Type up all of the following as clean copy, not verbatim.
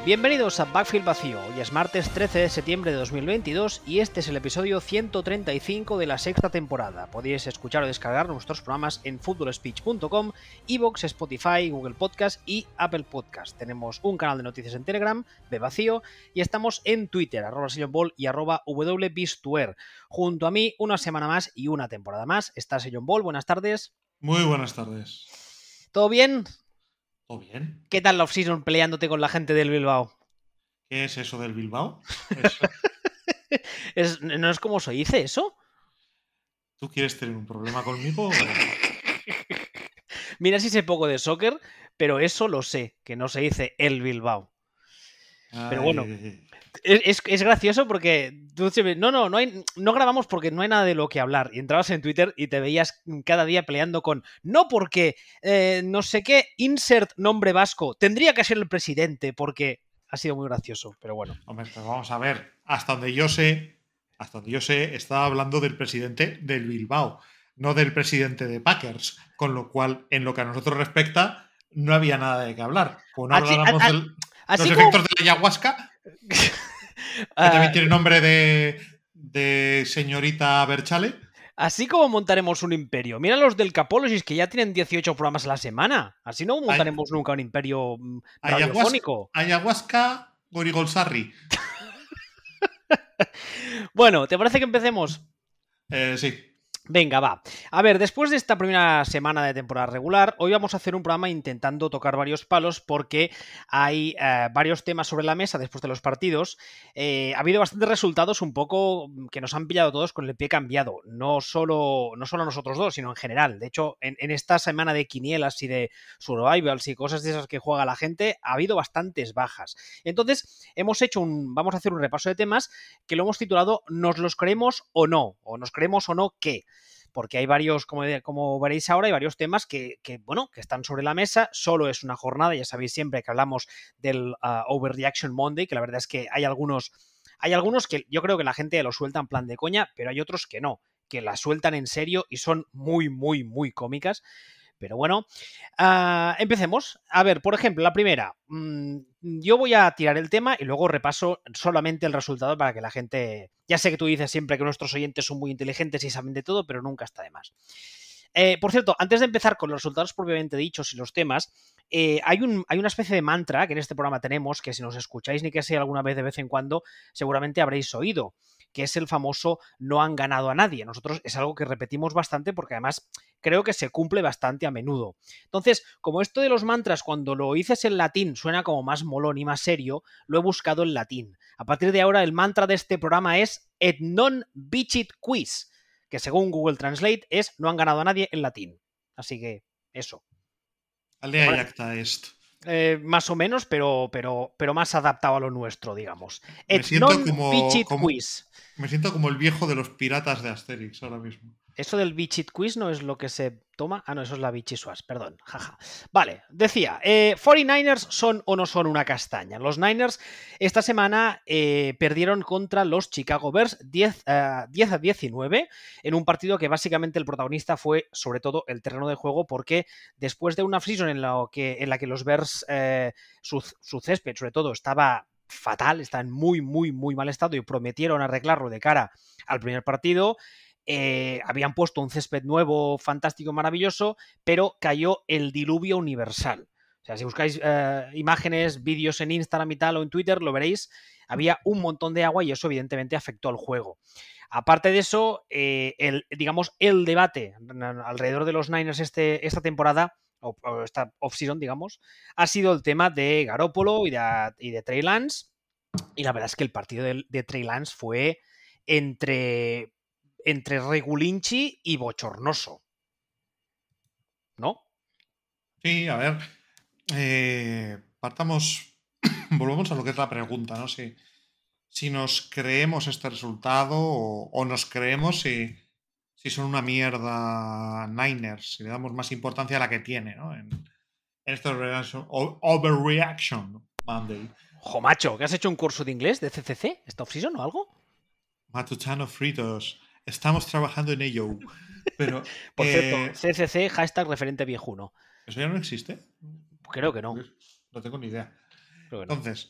Bienvenidos a Backfield Vacío. Hoy es martes 13 de septiembre de 2022 y este es el episodio 135 de la sexta temporada. Podéis escuchar o descargar nuestros programas en footballspeech.com, iVoox, Spotify, Google Podcast y Apple Podcast. Tenemos un canal de noticias en Telegram, Vacío, y estamos en Twitter, @SellonBall y @WBistuer. Junto a mí, una semana más y una temporada más, está Sellon Ball. Buenas tardes. Muy buenas tardes. ¿Todo bien? ¿Todo bien? ¿Qué tal la off-season peleándote con la gente del Bilbao? ¿Qué es eso del Bilbao? ¿No es como se dice eso? ¿Tú quieres tener un problema conmigo? Mira si sé poco de soccer, pero eso lo sé, que no se dice el Bilbao. Pero bueno, es gracioso porque tú siempre, no grabamos porque no hay nada de lo que hablar. Y entrabas en Twitter y te veías cada día peleando con, no porque no sé qué, insert nombre vasco, tendría que ser el presidente, porque ha sido muy gracioso, pero bueno. Hombre, pues vamos a ver, hasta donde yo sé, estaba hablando del presidente del Bilbao, no del presidente de Packers, con lo cual, en lo que a nosotros respecta, no había nada de qué hablar. Como no habláramos de los efectos de la ayahuasca, que también tiene nombre de señorita Berchale. Así como montaremos un imperio. Mira los del Capolosis, que ya tienen 18 programas a la semana. Así no montaremos nunca un imperio radiofónico. Ayahuasca Gorigolsarri. Bueno, ¿te parece que empecemos? Sí. Venga, va. A ver, después de esta primera semana de temporada regular, hoy vamos a hacer un programa intentando tocar varios palos porque hay varios temas sobre la mesa después de los partidos. Ha habido bastantes resultados un poco que nos han pillado todos con el pie cambiado. No solo nosotros dos, sino en general. De hecho, en esta semana de quinielas y de survivals y cosas de esas que juega la gente, ha habido bastantes bajas. Entonces, vamos a hacer un repaso de temas que lo hemos titulado ¿Nos los creemos o no? O ¿nos creemos o no qué? Porque hay varios, como veréis ahora, hay varios temas que están sobre la mesa. Solo es una jornada, ya sabéis siempre que hablamos del Overreaction Monday, que la verdad es que hay algunos que yo creo que la gente lo suelta en plan de coña, pero hay otros que no, que la sueltan en serio y son muy, muy, muy cómicas. Pero bueno, empecemos. A ver, por ejemplo, la primera. Yo voy a tirar el tema y luego repaso solamente el resultado para que la gente... Ya sé que tú dices siempre que nuestros oyentes son muy inteligentes y saben de todo, pero nunca está de más. Por cierto, antes de empezar con los resultados propiamente dichos y los temas, hay una especie de mantra que en este programa tenemos, que si nos escucháis ni que sea alguna vez de vez en cuando, seguramente habréis oído, que es el famoso no han ganado a nadie. Nosotros es algo que repetimos bastante porque además creo que se cumple bastante a menudo. Entonces, como esto de los mantras cuando lo dices en latín suena como más molón y más serio, lo he buscado en latín. A partir de ahora el mantra de este programa es et non vicit quis, que según Google Translate es no han ganado a nadie en latín. Así que eso. Aldea y acta est. Más o menos, pero más adaptado a lo nuestro, digamos. Me siento Quiz. Me siento como el viejo de los piratas de Asterix ahora mismo. ¿Eso del Bichit Quiz no es lo que se toma? Ah, no, eso es la Bichisuas, perdón. Jaja. Vale, decía, 49ers son o no son una castaña. Los Niners esta semana perdieron contra los Chicago Bears 10-19 en un partido que básicamente el protagonista fue sobre todo el terreno de juego, porque después de una off-season en la que los Bears, su césped sobre todo estaba fatal, está en muy, muy, muy mal estado y prometieron arreglarlo de cara al primer partido. Habían puesto un césped nuevo, fantástico, maravilloso, pero cayó el diluvio universal. O sea, si buscáis imágenes, vídeos en Instagram y tal o en Twitter, lo veréis. Había un montón de agua y eso evidentemente afectó al juego. Aparte de eso, el debate alrededor de los Niners esta temporada, o esta off-season, digamos, ha sido el tema de Garoppolo y de Trey Lance. Y la verdad es que el partido de Trey Lance fue entre regulinchi y bochornoso. ¿No? Sí, a ver. Volvemos a lo que es la pregunta, ¿no? Si nos creemos este resultado o nos creemos si son una mierda Niners, si le damos más importancia a la que tiene, ¿no? En este Overreaction Monday. Jo, macho, ¿que has hecho un curso de inglés de CCC esta off-season o algo? Matutano fritos. Estamos trabajando en ello. Pero, por cierto, CCC, hashtag referente viejuno. ¿Eso ya no existe? Creo que no. No tengo ni idea. Creo que Entonces,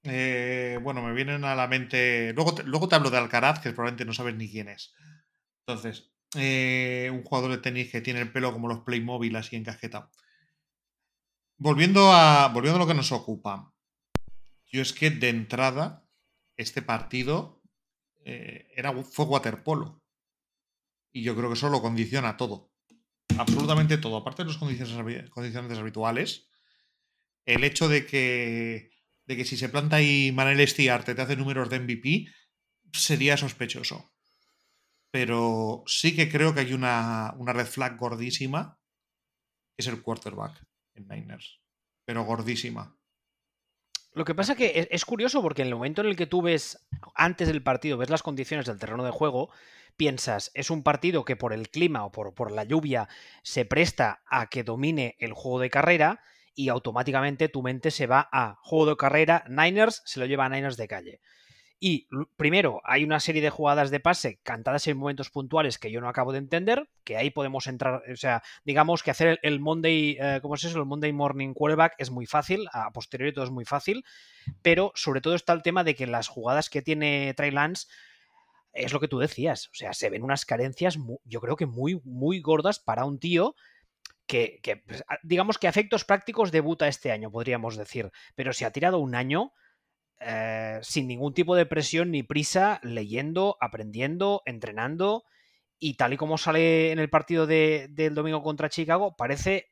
Bueno, me vienen a la mente. Luego te hablo de Alcaraz, que probablemente no sabes ni quién es. Entonces, un jugador de tenis que tiene el pelo como los Playmobil, así encajetado. Volviendo a lo que nos ocupa. Yo es que de entrada, este partido fue waterpolo. Y yo creo que eso lo condiciona todo. Absolutamente todo. Aparte de los condicionantes habituales, el hecho de que si se planta ahí Manel Estiarte te hace números de MVP, sería sospechoso. Pero sí que creo que hay una red flag gordísima, que es el quarterback en Niners. Pero gordísima. Lo que pasa que es curioso porque en el momento en el que tú ves, antes del partido, ves las condiciones del terreno de juego, piensas, es un partido que por el clima o por la lluvia se presta a que domine el juego de carrera y automáticamente tu mente se va a juego de carrera, Niners, se lo lleva a Niners de calle. Y primero, hay una serie de jugadas de pase cantadas en momentos puntuales que yo no acabo de entender, que ahí podemos entrar, o sea, digamos que hacer el Monday, ¿cómo es eso? El Monday Morning Quarterback es muy fácil, a posteriori todo es muy fácil, pero sobre todo está el tema de que las jugadas que tiene Trey Lance es lo que tú decías, o sea, se ven unas carencias, yo creo que muy, muy gordas para un tío que pues, digamos que a efectos prácticos debuta este año, podríamos decir, pero se ha tirado un año sin ningún tipo de presión ni prisa, leyendo, aprendiendo, entrenando, y tal y como sale en el partido del domingo contra Chicago, parece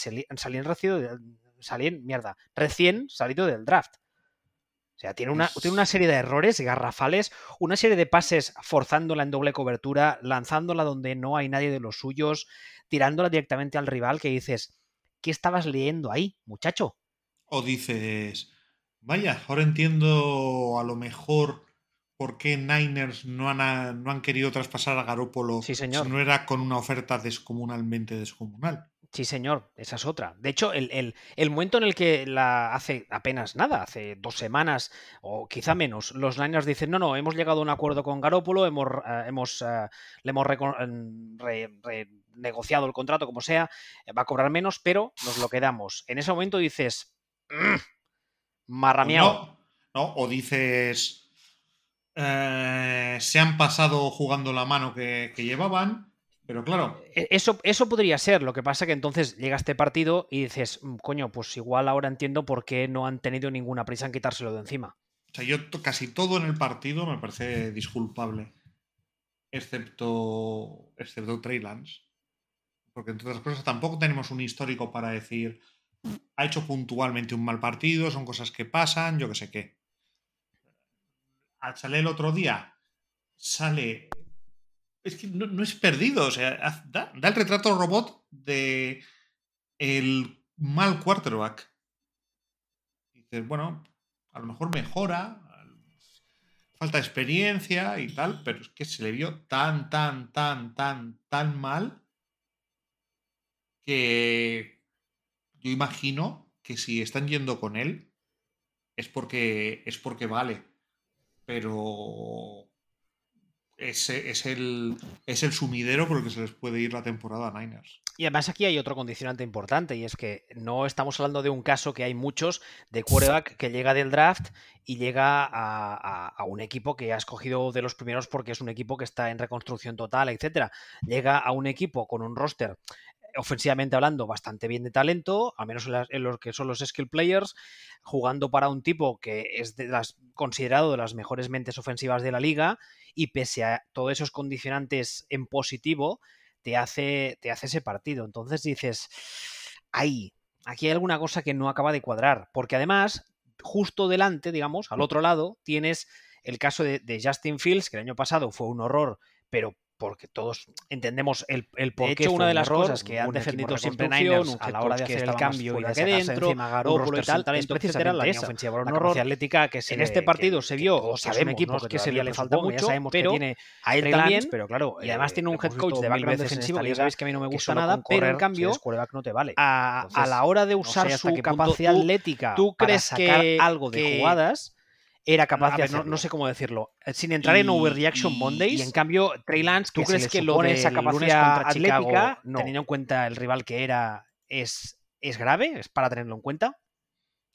recién salido del draft. O sea, tiene una serie de errores garrafales, una serie de pases forzándola en doble cobertura, lanzándola donde no hay nadie de los suyos, tirándola directamente al rival, que dices, ¿qué estabas leyendo ahí, muchacho? O dices, vaya, ahora entiendo a lo mejor por qué Niners no han querido traspasar a Garoppolo Sí, si señor. no era con una oferta descomunalmente descomunal. Sí, señor, esa es otra. De hecho, el momento en el que hace apenas nada, hace 2 semanas o quizá menos, los Niners dicen, no, hemos llegado a un acuerdo con Garoppolo, le hemos negociado el contrato, como sea, va a cobrar menos, pero nos lo quedamos. En ese momento dices, O no, marrameado. ¿no? O dices, se han pasado jugando la mano que llevaban, pero claro, Eso podría ser, lo que pasa que entonces llega este partido y dices, coño, pues igual ahora entiendo por qué no han tenido ninguna prisa en quitárselo de encima. o sea, casi todo en el partido me parece disculpable, excepto Trey Lance. Porque entre otras cosas tampoco tenemos un histórico para decir ha hecho puntualmente un mal partido, son cosas que pasan, yo que sé qué. Al salir el otro día, sale. Es que no es perdido, o sea, da el retrato robot de el mal quarterback. Dices, bueno, a lo mejor mejora, falta experiencia y tal, pero es que se le vio tan mal que yo imagino que si están yendo con él es porque vale. Pero es el sumidero por el que se les puede ir la temporada a Niners. Y además aquí hay otro condicionante importante y es que no estamos hablando de un caso que hay muchos de quarterback que llega del draft y llega a un equipo que ha escogido de los primeros porque es un equipo que está en reconstrucción total, etcétera. Llega a un equipo con un roster ofensivamente hablando bastante bien de talento, al menos en lo que son los skill players, jugando para un tipo que es considerado de las mejores mentes ofensivas de la liga y pese a todos esos condicionantes en positivo, te hace ese partido. Entonces dices, ahí, aquí hay alguna cosa que no acaba de cuadrar, porque además, justo delante, digamos, al otro lado, tienes el caso de Justin Fields, que el año pasado fue un horror, pero porque todos entendemos el por qué. De hecho, una de las cosas que han defendido siempre Niners a la hora de hacer el cambio y de sacarse encima Garoppolo y tal, es precisamente la línea ofensiva era un horror atlética que en este partido se vio, o sea, es un equipo que todavía le falta mucho, ya sabemos pero que tiene a él también, pero claro, y además tiene un head coach de background defensivo que ya sabéis que a mí no me gusta nada, pero en cambio no te vale. A la hora de usar su capacidad atlética, ¿tú crees que algo de jugadas era capaz de hacerlo? No sé cómo decirlo, sin entrar en Overreaction Mondays? Y en cambio, Trey Lance, ¿tú crees que lo de esa capacidad atlética, teniendo en cuenta el rival que era, es grave? ¿Es para tenerlo en cuenta?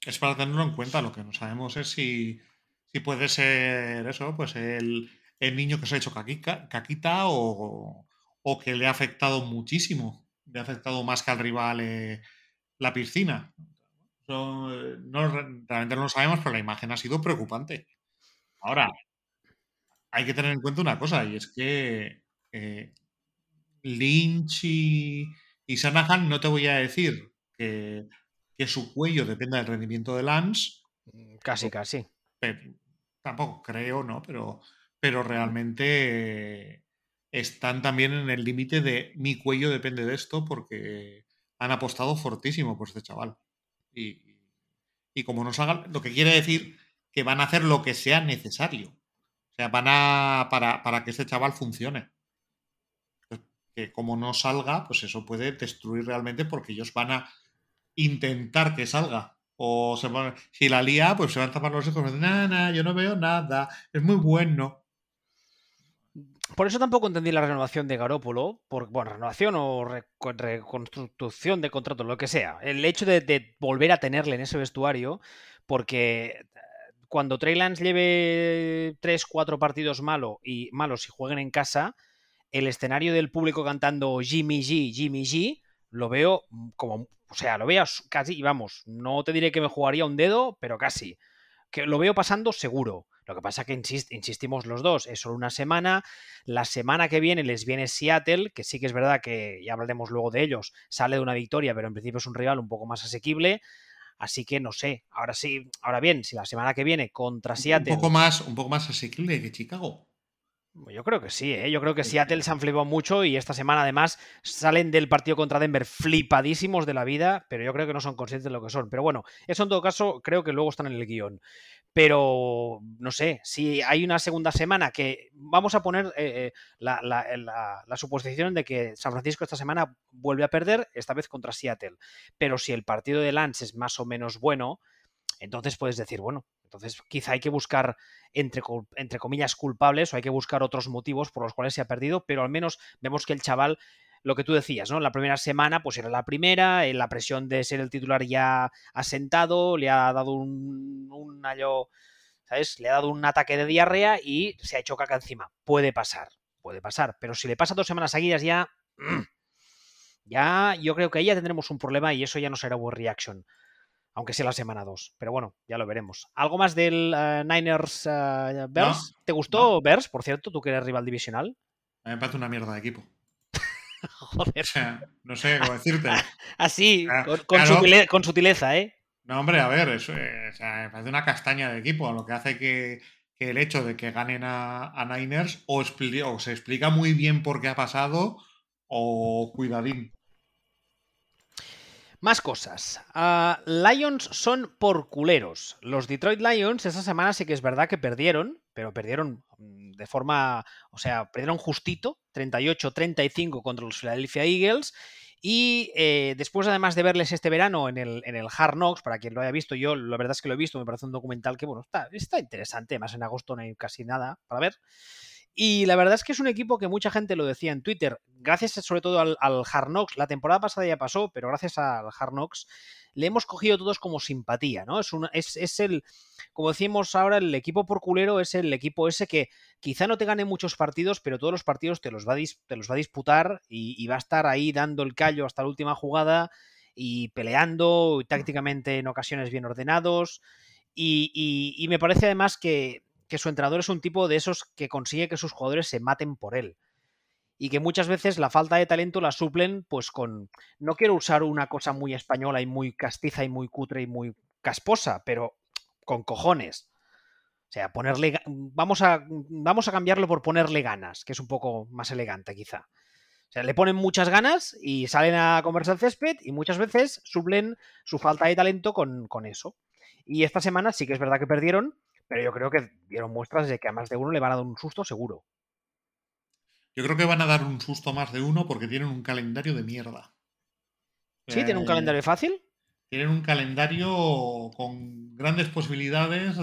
Es para tenerlo en cuenta. Lo que no sabemos es si puede ser eso, pues el niño que se ha hecho caquita o que le ha afectado muchísimo. Le ha afectado más que al rival la piscina. Eso, realmente no lo sabemos, pero la imagen ha sido preocupante. Ahora, hay que tener en cuenta una cosa, y es que eh, Lynch y Shanahan, no te voy a decir que su cuello dependa del rendimiento de Lance, Casi, casi. pero tampoco creo, ¿no? Pero realmente están también en el límite de mi cuello depende de esto porque han apostado fortísimo por este chaval. Y, y como no salgan, lo que quiere decir que van a hacer lo que sea necesario. O sea, para que este chaval funcione. Que como no salga, pues eso puede destruir realmente porque ellos van a intentar que salga. O si la lía, pues se van a tapar los ojos y dicen, nada, yo no veo nada, es muy bueno. Por eso tampoco entendí la renovación de Garópolo, bueno, renovación o reconstrucción de contrato, lo que sea. El hecho de volver a tenerle en ese vestuario, porque cuando Trey Lance lleve 3, 4 partidos malos y jueguen en casa, el escenario del público cantando Jimmy G, Jimmy G, lo veo como, o sea, lo veo casi, vamos, no te diré que me jugaría un dedo, pero casi. Que lo veo pasando seguro. Lo que pasa que insistimos los dos, es solo una semana. La semana que viene les viene Seattle, que sí que es verdad que ya hablaremos luego de ellos, sale de una victoria, pero en principio es un rival un poco más asequible. Así que no sé. Ahora sí, ahora bien, si la semana que viene contra Seattle. Un poco más asequible que Chicago. Yo creo que sí, ¿eh? Yo creo que Seattle se han flipado mucho y esta semana además salen del partido contra Denver flipadísimos de la vida, pero yo creo que no son conscientes de lo que son. Pero bueno, eso en todo caso creo que luego están en el guión. Pero no sé, si hay una segunda semana que vamos a poner la suposición de que San Francisco esta semana vuelve a perder, esta vez contra Seattle. Pero si el partido de Lance es más o menos bueno, entonces puedes decir, bueno, entonces quizá hay que buscar entre comillas culpables o hay que buscar otros motivos por los cuales se ha perdido, pero al menos vemos que el chaval, lo que tú decías, ¿no? La primera semana pues era la primera, la presión de ser el titular ya ha sentado, le ha dado un año, ¿sabes? Le ha dado un ataque de diarrea y se ha hecho caca encima. Puede pasar, pero si le pasa 2 semanas seguidas ya... Ya yo creo que ahí ya tendremos un problema y eso ya no será overreaction, aunque sea la semana 2. Pero bueno, ya lo veremos. ¿Algo más del Niners No, Bears? ¿Te no. gustó Bears, por cierto? Tú que eres rival divisional. A mí me parece una mierda de equipo. O Joder. sea, no sé cómo decirte. Así, Claro, con sutileza, ¿eh? no, hombre, a ver, eso, o sea, me parece una castaña de equipo, lo que hace que el hecho de que ganen a Niners o se explica muy bien por qué ha pasado o cuidadín. Más cosas. Lions son por culeros. Los Detroit Lions esta semana sí que es verdad que perdieron, pero perdieron de forma, o sea, perdieron justito, 38-35 contra los Philadelphia Eagles. Y después, además de verles este verano en el Hard Knocks, para quien lo haya visto, yo la verdad es que lo he visto, me parece un documental que, bueno, está interesante, además en agosto no hay casi nada para ver. Y la verdad es que es un equipo que mucha gente lo decía en Twitter, gracias sobre todo al Hard Knocks, la temporada pasada ya pasó, pero gracias al Hard Knocks le hemos cogido todos como simpatía, ¿no? Es el, como decimos ahora, el equipo por culero es el equipo ese que quizá no te gane muchos partidos, pero todos los partidos te los va a disputar y va a estar ahí dando el callo hasta la última jugada y peleando y tácticamente en ocasiones bien ordenados. Y me parece además que su entrenador es un tipo de esos que consigue que sus jugadores se maten por él. Y que muchas veces la falta de talento la suplen pues con... No quiero usar una cosa muy española y muy castiza y muy cutre y muy casposa, pero con cojones. O sea, vamos a cambiarlo por ponerle ganas, que es un poco más elegante quizá. O sea, le ponen muchas ganas y salen a comerse el césped y muchas veces suplen su falta de talento con eso. Y esta semana sí que es verdad que perdieron, pero yo creo que dieron muestras de que a más de uno le van a dar un susto seguro. Yo creo que van a dar un susto a más de uno porque tienen un calendario de mierda. Sí, tiene un Eh, calendario fácil. tienen un calendario con grandes posibilidades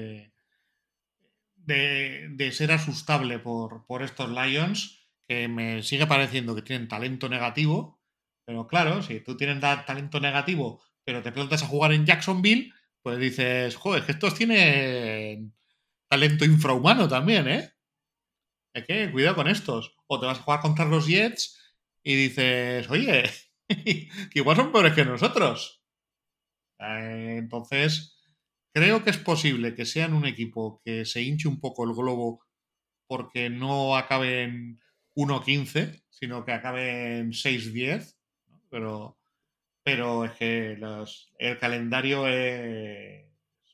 de ser asustable por estos Lions, que me sigue pareciendo que tienen talento negativo, pero claro, si tú tienes talento negativo, pero te plantas a jugar en Jacksonville, pues dices, joder, que estos tienen talento infrahumano también, ¿eh? Es que cuidado con estos. O te vas a jugar contra los Jets y dices, oye, que igual son peores que nosotros. Entonces, creo que es posible que sean un equipo que se hinche un poco el globo porque no acaben 1-15, sino que acaben 6-10. ¿No? Pero es que el calendario es...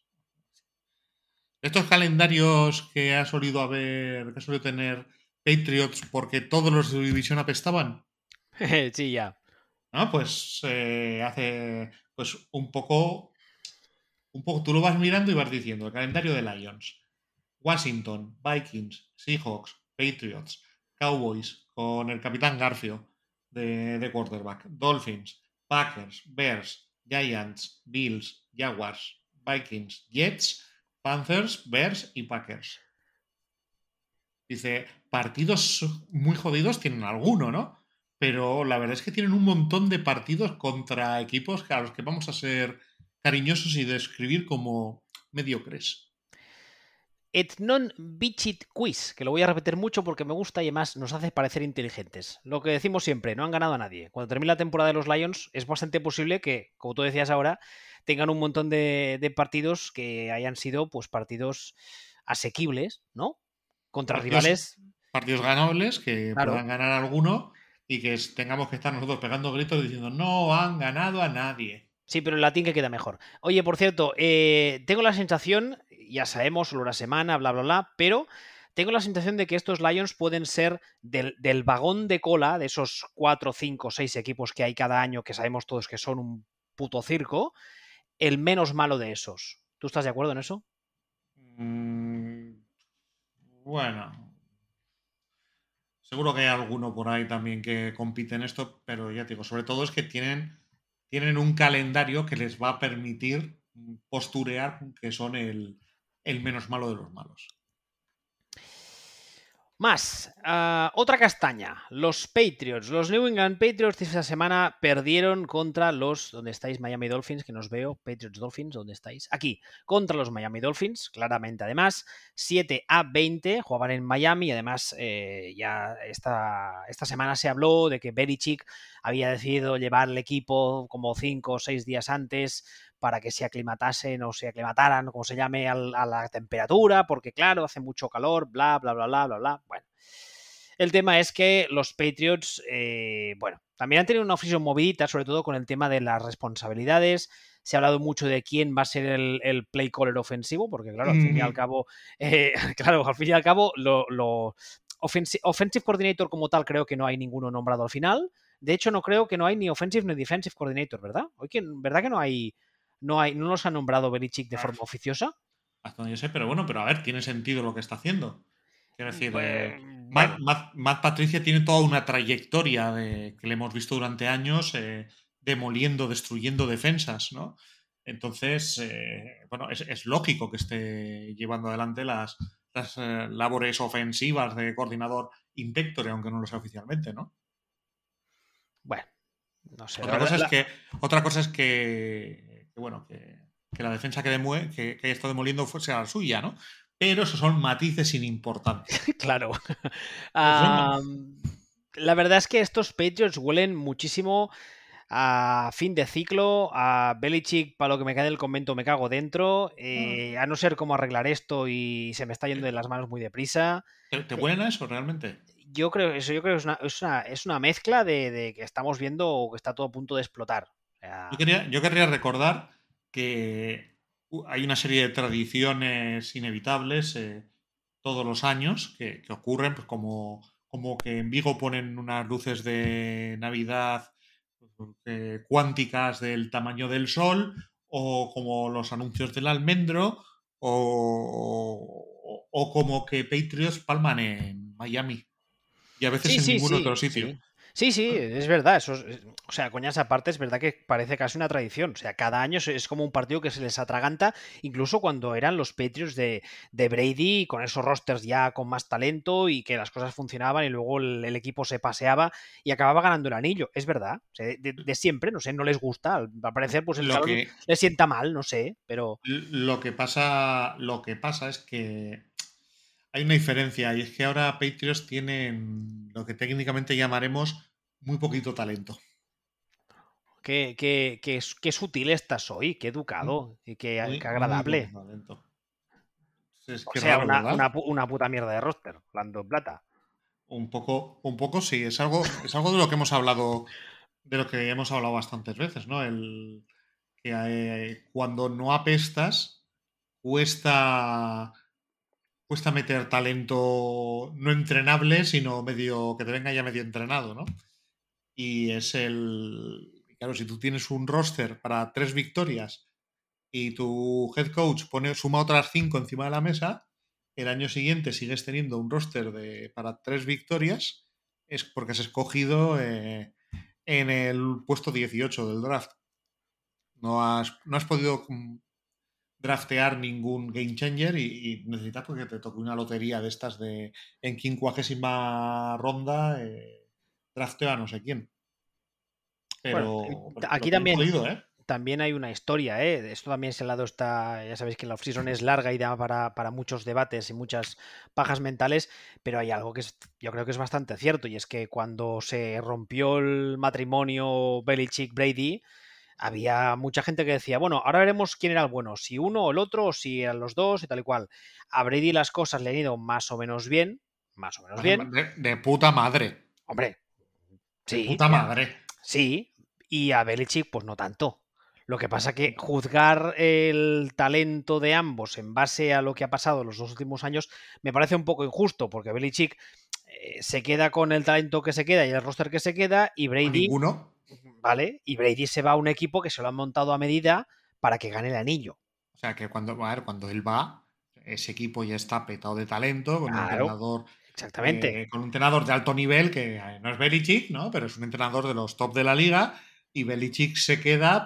Estos calendarios que ha solido haber, que ha solido tener Patriots porque todos los de su división apestaban, Sí, ya. ¿no? Pues hace pues un poco, tú lo vas mirando y vas diciendo, el calendario de Lions, Washington, Vikings, Seahawks, Patriots, Cowboys, con el capitán Garfio de quarterback, Dolphins, Packers, Bears, Giants, Bills, Jaguars, Vikings, Jets, Panthers, Bears y Packers. Dice, partidos muy jodidos tienen alguno, ¿no? Pero la verdad es que tienen un montón de partidos contra equipos a los que vamos a ser cariñosos y describir como mediocres. Et non bicit quiz, que lo voy a repetir mucho porque me gusta y además nos hace parecer inteligentes. Lo que decimos siempre, no han ganado a nadie. Cuando termine la temporada de los Lions, es bastante posible que, como tú decías ahora, tengan un montón de partidos que hayan sido pues partidos asequibles, ¿no? Contra Partidos, rivales, partidos ganables que claro. puedan ganar alguno y que tengamos que estar nosotros pegando gritos diciendo no han ganado a nadie. Sí, pero en latín que queda mejor. Oye, por cierto, tengo la sensación, ya sabemos, solo una semana, bla, bla, bla, pero tengo la sensación de que estos Lions pueden ser del vagón de cola, de esos 4, 5, 6 equipos que hay cada año, que sabemos todos que son un puto circo, el menos malo de esos. ¿Tú estás de acuerdo en eso? Mm, bueno, seguro que hay alguno por ahí también que compite en esto, pero ya te digo, sobre todo es que tienen un calendario que les va a permitir posturear que son el menos malo de los malos. Más, otra castaña, los Patriots, los New England Patriots esta semana perdieron contra los, ¿dónde estáis? Miami Dolphins, que nos veo, Patriots Dolphins, ¿dónde estáis? Aquí, contra los Miami Dolphins, claramente además, 7-20, jugaban en Miami, además ya esta semana se habló de que Belichick había decidido llevar el equipo como 5 o 6 días antes para que se aclimatasen o se aclimataran, como se llame, a la temperatura, porque claro, hace mucho calor, bla, bla, bla, bla, bla, bla. Bueno, el tema es que los Patriots, bueno, también han tenido una oficina movidita, sobre todo con el tema de las responsabilidades. Se ha hablado mucho de quién va a ser el play caller ofensivo, porque claro, al fin y al cabo, claro, al fin y al cabo, offensive coordinator como tal creo que no hay ninguno nombrado al final. De hecho, no creo que no hay ni offensive ni defensive coordinator, ¿verdad? ¿Verdad que no los ha nombrado Belichick de forma oficiosa? Hasta donde yo sé, pero bueno, pero a ver, tiene sentido lo que está haciendo. Quiero decir, Bueno, Matt Patricia tiene toda una trayectoria que le hemos visto durante años demoliendo, destruyendo defensas, ¿no? Entonces, bueno, es lógico que esté llevando adelante las labores ofensivas de coordinador in pectore, aunque no lo sea oficialmente, ¿no? bueno, no sé. Otra cosa es que, otra cosa es que bueno, que la defensa que haya estado demoliendo sea la suya, ¿no? Pero esos son matices sin importancia. Claro. Esos son La verdad es que estos Patriots huelen muchísimo a fin de ciclo, a Belichick, para lo que me quede del convento me cago dentro, a no ser cómo arreglar esto y se me está yendo de las manos muy deprisa. ¿Te huelen a eso realmente? Yo creo que es una mezcla de que estamos viendo que está todo a punto de explotar. O sea, Yo querría recordar que hay una serie de tradiciones inevitables todos los años que ocurren, pues como que en Vigo ponen unas luces de Navidad cuánticas del tamaño del Sol, o como los anuncios del almendro, o como que Patriots palman en Miami y a veces sí, en sí, ningún sí, otro sitio. sí. Sí, sí, ¿Vale? es verdad. O sea, coñas aparte, es verdad que parece casi una tradición. O sea, cada año es como un partido que se les atraganta, incluso cuando eran los Patriots de Brady, con esos rosters ya con más talento y que las cosas funcionaban y luego el equipo se paseaba y acababa ganando el anillo. Es verdad. O sea, de siempre, no sé, no les gusta. Al parecer, pues el Lo calor que, les sienta mal, no sé, pero lo que pasa es que hay una diferencia y es que ahora Patriots tienen lo que técnicamente llamaremos muy poquito talento. qué sutil estás hoy, qué Muy, educado y qué muy poquito agradable. talento. Es O que sea, raro, ¿verdad? una puta mierda de roster, hablando en plata. Un poco sí, es algo de lo que hemos hablado bastantes veces, ¿no? Que cuando no apestas, cuesta, cuesta meter talento no entrenable, sino medio que te venga ya medio entrenado, ¿no? Y claro, si tú tienes un roster para 3 victorias y tu head coach suma otras 5 encima de la mesa, el año siguiente sigues teniendo un roster para 3 victorias, es porque has escogido en el puesto 18 del draft. No has podido draftear ningún game changer y necesitas porque te toque una lotería de estas de en 50ª ronda, drafteo a no sé quién. Bueno, Pero lo aquí tienen también, jodido, ¿eh? también hay una historia, ¿eh? Esto también ese lado está, ya sabéis que la off-season es larga y da para muchos debates y muchas pajas mentales, pero hay algo que yo creo que es bastante cierto, y es que cuando se rompió el matrimonio Belichick-Brady, había mucha gente que decía, bueno, ahora veremos quién era el bueno, si uno o el otro, o si eran los dos y tal y cual. A Brady las cosas le han ido más o menos bien. De puta madre. Hombre, De sí, puta madre. sí, y a Belichick pues no tanto. Lo que pasa que juzgar el talento de ambos en base a lo que ha pasado los 2 últimos años me parece un poco injusto, porque Belichick se queda con el talento que se queda y el roster que se queda, y Con Brady, ninguno. ¿vale? Y Brady se va a un equipo que se lo han montado a medida para que gane el anillo. O sea que cuando él va, ese equipo ya está petado de talento, Claro, exactamente. con un entrenador de alto nivel, que no es Belichick, ¿no? Pero es un entrenador de los top de la liga, y Belichick se queda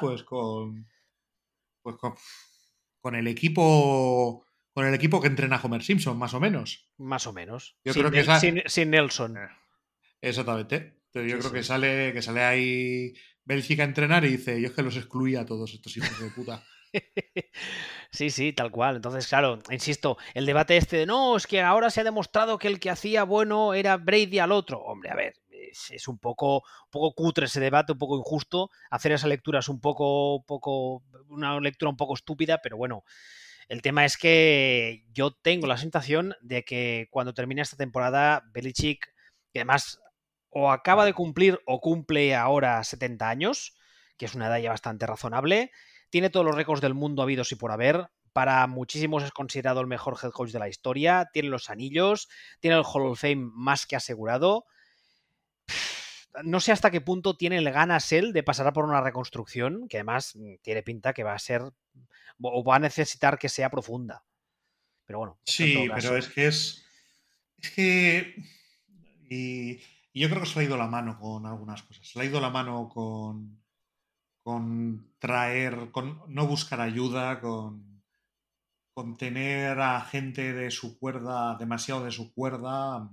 pues con el equipo que entrena a Homer Simpson, más o menos. Más o menos. Yo creo que Sin Nelson. eh, exactamente. Pero yo Sí, creo que sí. sale ahí Belichick a entrenar y dice, yo es que los excluía a todos estos hijos de puta. Sí, sí, tal cual. Entonces, claro, insisto, el debate este de no, es que ahora se ha demostrado que el que hacía bueno era Brady al otro. Hombre, a ver, es un poco cutre ese debate, un poco injusto. Hacer esa lectura es una lectura un poco estúpida, pero bueno, el tema es que yo tengo la sensación de que cuando termine esta temporada, Belichick, que además o acaba de cumplir o cumple ahora 70 años, que es una edad ya bastante razonable, tiene todos los récords del mundo habidos y por haber. Para muchísimos es considerado el mejor head coach de la historia. Tiene los anillos, tiene el Hall of Fame más que asegurado. No sé hasta qué punto tiene el ganas él de pasar por una reconstrucción, que además tiene pinta que va a ser o va a necesitar que sea profunda. Pero bueno, esto en todo Sí, pero caso. es que y, y yo creo que se le ha ido la mano con algunas cosas. Se le ha ido la mano con no buscar ayuda, con tener a gente de su cuerda, demasiado de su cuerda.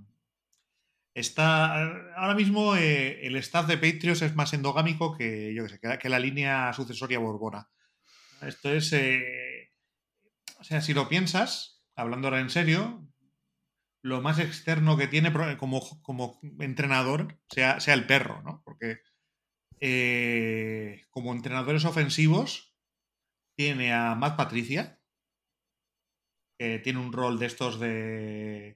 Ahora mismo el staff de Patriots es más endogámico que, yo que sé, que la línea sucesoria Borbona. Esto es, o sea, si lo piensas, hablando ahora en serio, lo más externo que tiene como entrenador sea el perro, ¿no? Porque como entrenadores ofensivos tiene a Matt Patricia, que tiene un rol de estos de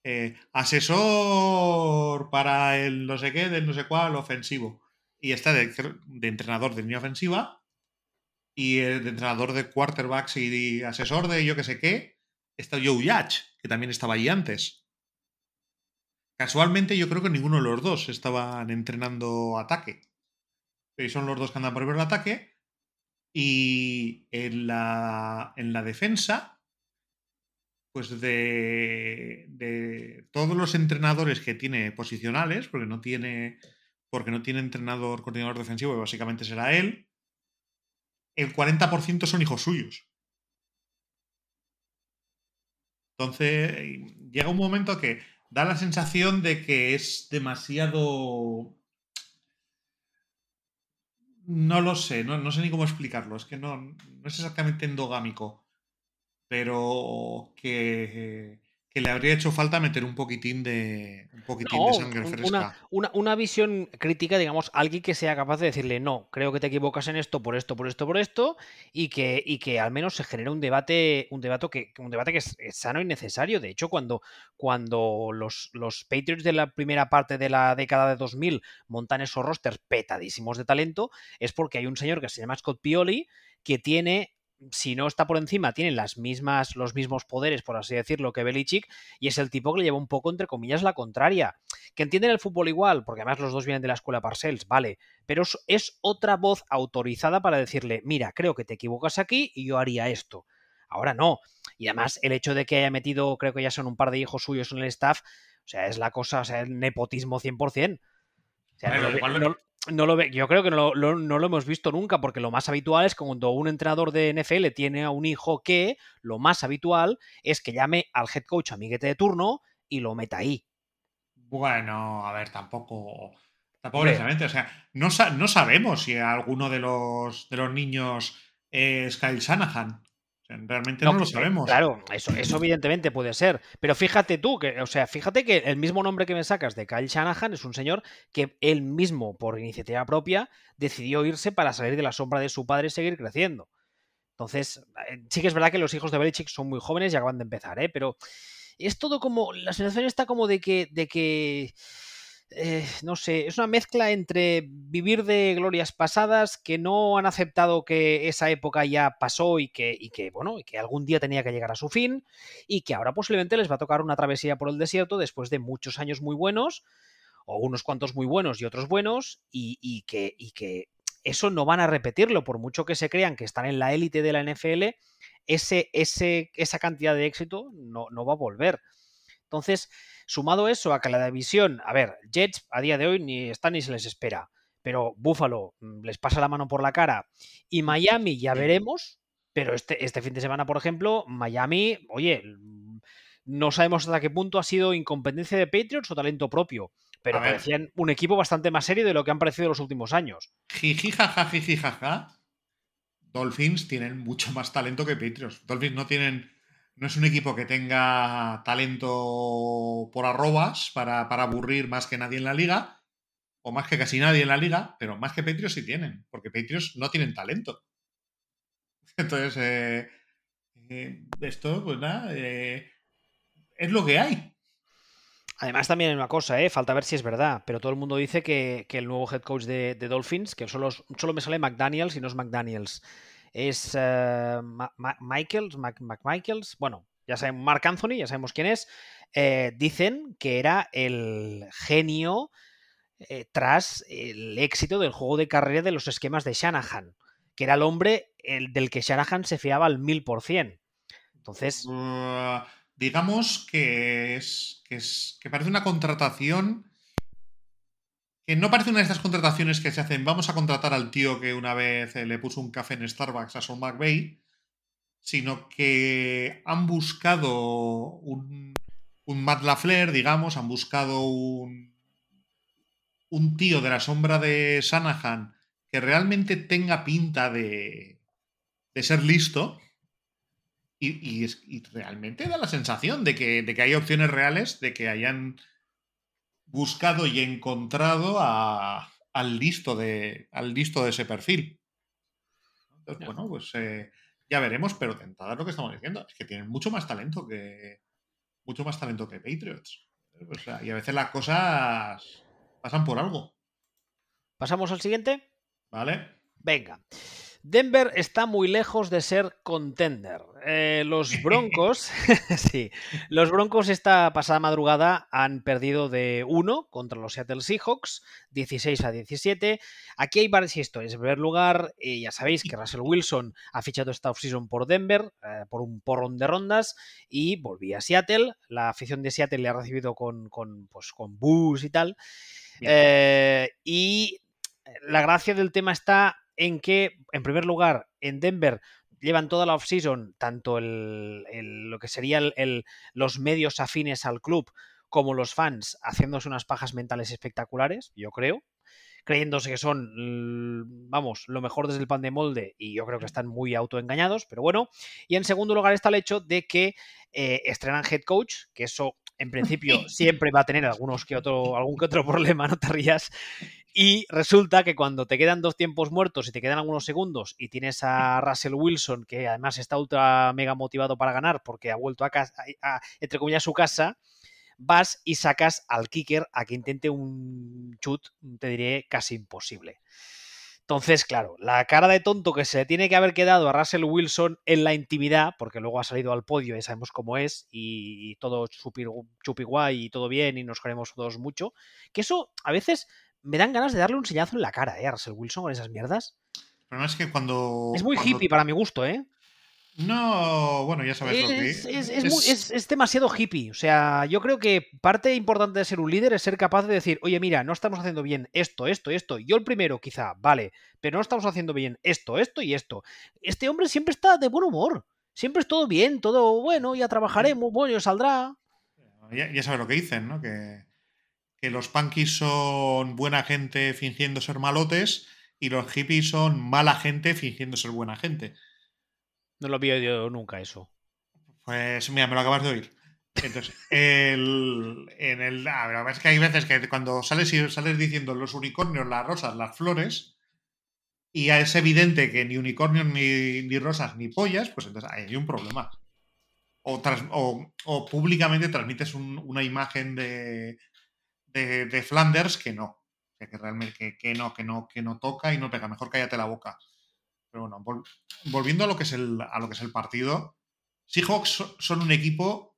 asesor para el no sé qué, del no sé cuál, ofensivo. Y está de entrenador de línea ofensiva y de entrenador de quarterbacks y de asesor de yo que sé qué. Está Joe Judge, que también estaba ahí antes. Casualmente yo creo que ninguno de los dos estaban entrenando ataque. Y son los dos que andan por ver el ataque. Y en la defensa, pues de todos los entrenadores que tiene posicionales, porque no tiene porque no tiene coordinador defensivo, y básicamente será él. El 40% son hijos suyos. Entonces, llega un momento que da la sensación de que es demasiado... No lo sé, no sé ni cómo explicarlo. Es que no es exactamente endogámico, pero que le habría hecho falta meter un poquitín de No, sangre fresca. una visión crítica, digamos, alguien que sea capaz de decirle, no, creo que te equivocas en esto, por esto, por esto, por esto, y que al menos se genere un debate que es sano y necesario. De hecho, cuando los Patriots de la primera parte de la década de 2000 montan esos rosters petadísimos de talento, es porque hay un señor que se llama Scott Pioli que tiene, si no está por encima, tiene los mismos poderes, por así decirlo, que Belichick, y es el tipo que le lleva un poco, entre comillas, la contraria. Que entienden el fútbol igual, porque además los dos vienen de la escuela Parcells, vale, pero es otra voz autorizada para decirle, mira, creo que te equivocas aquí y yo haría esto. Ahora no. Y además el hecho de que haya metido, creo que ya son un par de hijos suyos en el staff, o sea, es la cosa, o sea, el nepotismo 100%. O A sea, ver, igual, no lo ve, yo creo que no lo hemos visto nunca, porque lo más habitual es que cuando un entrenador de NFL tiene a un hijo que, lo más habitual es que llame al head coach amiguete de turno y lo meta ahí. bueno, a ver, tampoco Hombre, necesariamente. O sea, no sabemos si alguno de los niños es Kyle Shanahan. O sea, realmente no, no lo sabemos. claro, eso evidentemente puede ser. Pero fíjate tú, fíjate que el mismo nombre que me sacas de Kyle Shanahan es un señor que él mismo, por iniciativa propia, decidió irse para salir de la sombra de su padre y seguir creciendo. Entonces, sí que es verdad que los hijos de Belichick son muy jóvenes y acaban de empezar, ¿eh? Pero es todo como, la sensación está como de que no sé, es una mezcla entre vivir de glorias pasadas que no han aceptado que esa época ya pasó bueno, y que algún día tenía que llegar a su fin, y que ahora posiblemente les va a tocar una travesía por el desierto después de muchos años muy buenos, o unos cuantos muy buenos y otros buenos, y que eso no van a repetirlo, por mucho que se crean que están en la élite de la NFL, esa cantidad de éxito no va a volver. Entonces, sumado eso a que la división, a ver, Jets a día de hoy ni están ni se les espera, pero Buffalo les pasa la mano por la cara, y Miami ya Sí. veremos, pero este fin de semana, por ejemplo, Miami, oye, no sabemos hasta qué punto ha sido incompetencia de Patriots o talento propio, A pero ver, parecían un equipo bastante más serio de lo que han parecido los últimos años. jiji, jaja, jiji, jaja. Dolphins tienen mucho más talento que Patriots. Dolphins no es un equipo que tenga talento por arrobas para aburrir más que nadie en la liga, o más que casi nadie en la liga, pero más que Patriots sí tienen, porque Patriots no tienen talento. Entonces, esto, pues nada, es lo que hay. Además, también hay una cosa, falta ver si es verdad, pero todo el mundo dice que el nuevo head coach de Dolphins, que solo me sale McDaniels y no es McDaniels, es McMichaels, bueno, ya sabemos, Mark Anthony, ya sabemos quién es, dicen que era el genio tras el éxito del juego de carrera de los esquemas de Shanahan, que era el hombre del que Shanahan se fiaba al 1000%. Entonces, Uh, digamos que parece una contratación que no parece una de estas contrataciones que se hacen. Vamos a contratar al tío que una vez le puso un café en Starbucks a Sean McVay, sino que han buscado un Matt LaFleur, digamos, han buscado un tío de la sombra de Shanahan que realmente tenga pinta de ser listo. Y realmente da la sensación de que hay opciones reales, de que hayan buscado y encontrado al listo de ese perfil. Entonces, bueno, pues ya veremos, pero tentada lo que estamos diciendo. Es que tienen mucho más talento que Patriots. O sea, y a veces las cosas pasan por algo, ¿pasamos al siguiente? ¿vale? Venga. Denver está muy lejos de ser contender. Los Broncos, sí, los Broncos esta pasada madrugada han perdido de 1 contra los Seattle Seahawks, 16-17. Aquí hay varias historias. En primer lugar, ya sabéis que Russell Wilson ha fichado esta offseason por Denver, por un porrón de rondas, y volvía a Seattle. La afición de Seattle le ha recibido con boos y tal. Y la gracia del tema está en que, en primer lugar, en Denver llevan toda la off-season, tanto lo que serían los medios afines al club como los fans, haciéndose unas pajas mentales espectaculares, yo creo, creyéndose que son, vamos, lo mejor desde el pan de molde, y yo creo que están muy autoengañados, pero bueno. Y en segundo lugar está el hecho de que estrenan head coach, que eso en principio siempre va a tener algún que otro problema, no te rías. Y resulta que cuando te quedan 2 tiempos muertos y te quedan algunos segundos y tienes a Russell Wilson, que además está ultra mega motivado para ganar porque ha vuelto a casa, entre comillas, su casa, vas y sacas al kicker a que intente un chut, te diré, casi imposible. Entonces, claro, la cara de tonto que se le tiene que haber quedado a Russell Wilson en la intimidad, porque luego ha salido al podio y sabemos cómo es, y todo chupi guay y todo bien y nos queremos todos mucho, que eso a veces me dan ganas de darle un señazo en la cara, a Russell Wilson con esas mierdas. El problema es que Es muy hippie para mi gusto, ¿eh? No, bueno, ya sabes lo que es demasiado hippie. O sea, yo creo que parte importante de ser un líder es ser capaz de decir, oye, mira, no estamos haciendo bien esto. Yo el primero, quizá, vale, pero no estamos haciendo bien esto y esto. Este hombre siempre está de buen humor. Siempre es todo bien, todo bueno, ya trabajaremos, bueno, ya saldrá. Ya sabes lo que dicen, ¿no? Que los punkies son buena gente fingiendo ser malotes y los hippies son mala gente fingiendo ser buena gente. No lo vi yo nunca eso. Pues mira, me lo acabas de oír. Entonces, la verdad es que hay veces que cuando sales diciendo los unicornios, las rosas, las flores, y ya es evidente que ni unicornios, ni rosas, ni pollas, pues entonces hay un problema. O públicamente transmites una imagen de Flanders que no. O sea, que realmente que no toca y no pega. Mejor cállate la boca. Pero bueno, volviendo a lo que es el partido, Seahawks son un equipo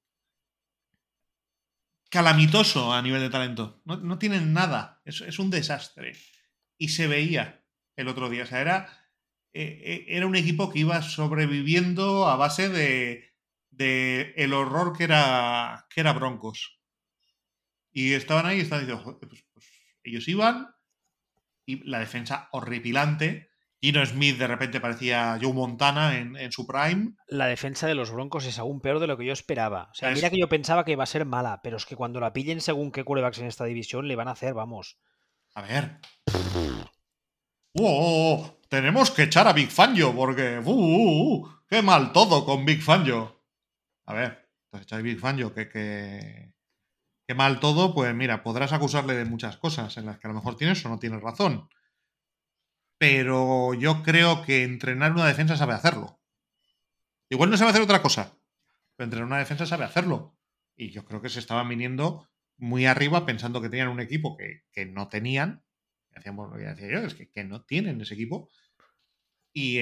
calamitoso a nivel de talento. No tienen nada. Es un desastre. Y se veía el otro día. O sea, era un equipo que iba sobreviviendo a base de el horror que era Broncos. Y estaban ahí y estaban diciendo, pues ellos iban y la defensa horripilante. Gino Smith de repente parecía Joe Montana en su prime. La defensa de los Broncos es aún peor de lo que yo esperaba. O sea, mira que yo pensaba que iba a ser mala, pero es que cuando la pillen según qué quarterbacks en esta división le van a hacer, vamos. A ver. Tenemos que echar a Big Fangio porque qué mal todo con Big Fangio. A ver, entonces echar a Big Fangio que mal todo, pues mira, podrás acusarle de muchas cosas en las que a lo mejor tienes o no tienes razón. Pero yo creo que entrenar una defensa sabe hacerlo. Igual no sabe hacer otra cosa, pero entrenar una defensa sabe hacerlo. Y yo creo que se estaban viniendo muy arriba pensando que tenían un equipo que no tenían. Hacíamos lo que decía yo, es que no tienen ese equipo. Y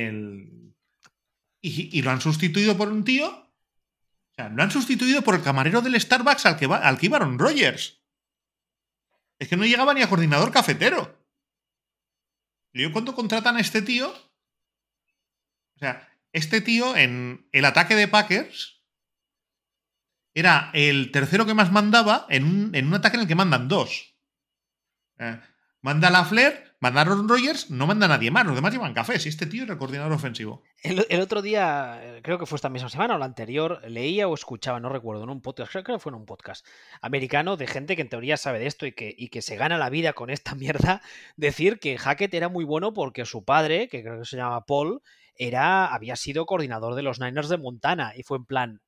lo han sustituido por un tío. O sea, lo han sustituido por el camarero del Starbucks al que iba Aaron Rodgers. Es que no llegaba ni a coordinador cafetero. Y yo cuando contratan a este tío. O sea, este tío en el ataque de Packers era el tercero que más mandaba en un ataque en el que mandan 2. Manda a Lafleur, manda a Aaron Rodgers, no manda a nadie más. Los demás llevan cafés y este tío es el coordinador ofensivo. El otro día, creo que fue esta misma semana o la anterior, leía o escuchaba, no recuerdo, en un podcast, creo que fue en un podcast americano de gente que en teoría sabe de esto y que se gana la vida con esta mierda, decir que Hackett era muy bueno porque su padre, que creo que se llama Paul, había sido coordinador de los Niners de Montana y fue en plan,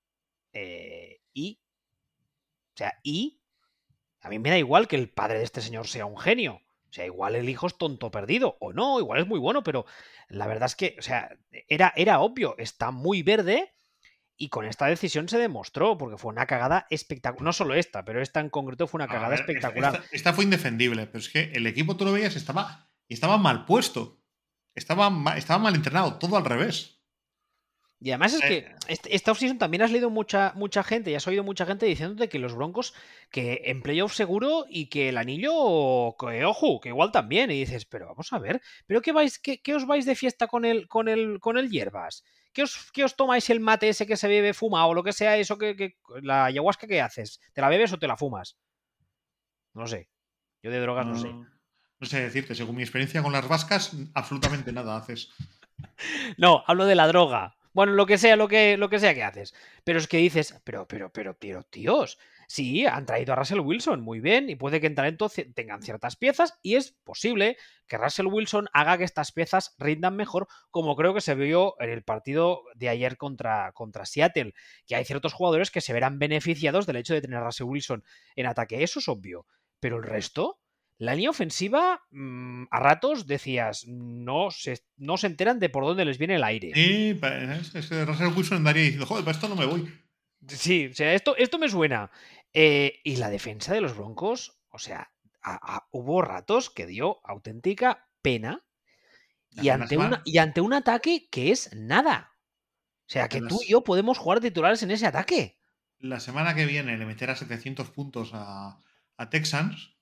o sea, a mí me da igual que el padre de este señor sea un genio. O sea, igual el hijo es tonto perdido, o no, igual es muy bueno, pero la verdad es que, o sea, era obvio, está muy verde y con esta decisión se demostró, porque fue una cagada espectacular. No solo esta, pero esta en concreto fue una cagada espectacular. Esta fue indefendible, pero es que el equipo, tú lo veías, estaba mal puesto. Estaba mal entrenado, todo al revés. Y además es que esta offseason también has leído mucha gente y has oído mucha gente diciéndote que los Broncos, que en playoff seguro y que el anillo, que ojo, que igual también. Y dices, pero vamos a ver, ¿pero qué os vais de fiesta con el hierbas? ¿Qué os tomáis el mate ese que se bebe fuma o lo que sea eso la ayahuasca que haces? ¿Te la bebes o te la fumas? No sé. Yo de drogas no sé. No, no sé decirte, según mi experiencia con las vascas, absolutamente nada haces. No, hablo de la droga. Bueno, lo que sea que haces. Pero es que dices, pero, tíos, sí, han traído a Russell Wilson, muy bien, y puede que en talento tengan ciertas piezas, y es posible que Russell Wilson haga que estas piezas rindan mejor, como creo que se vio en el partido de ayer contra Seattle, que hay ciertos jugadores que se verán beneficiados del hecho de tener a Russell Wilson en ataque, eso es obvio. Pero el resto, la línea ofensiva, a ratos decías, no se enteran de por dónde les viene el aire. Sí, es que Russell Wilson andaría diciendo, joder, para esto no me voy. Sí, o sea, esto me suena. Y la defensa de los Broncos, o sea, hubo ratos que dio auténtica pena La, y la ante, semana, y ante un ataque que es nada. O sea, que tú y las- yo podemos jugar titulares en ese ataque. la semana que viene le meterá 700 puntos a Texans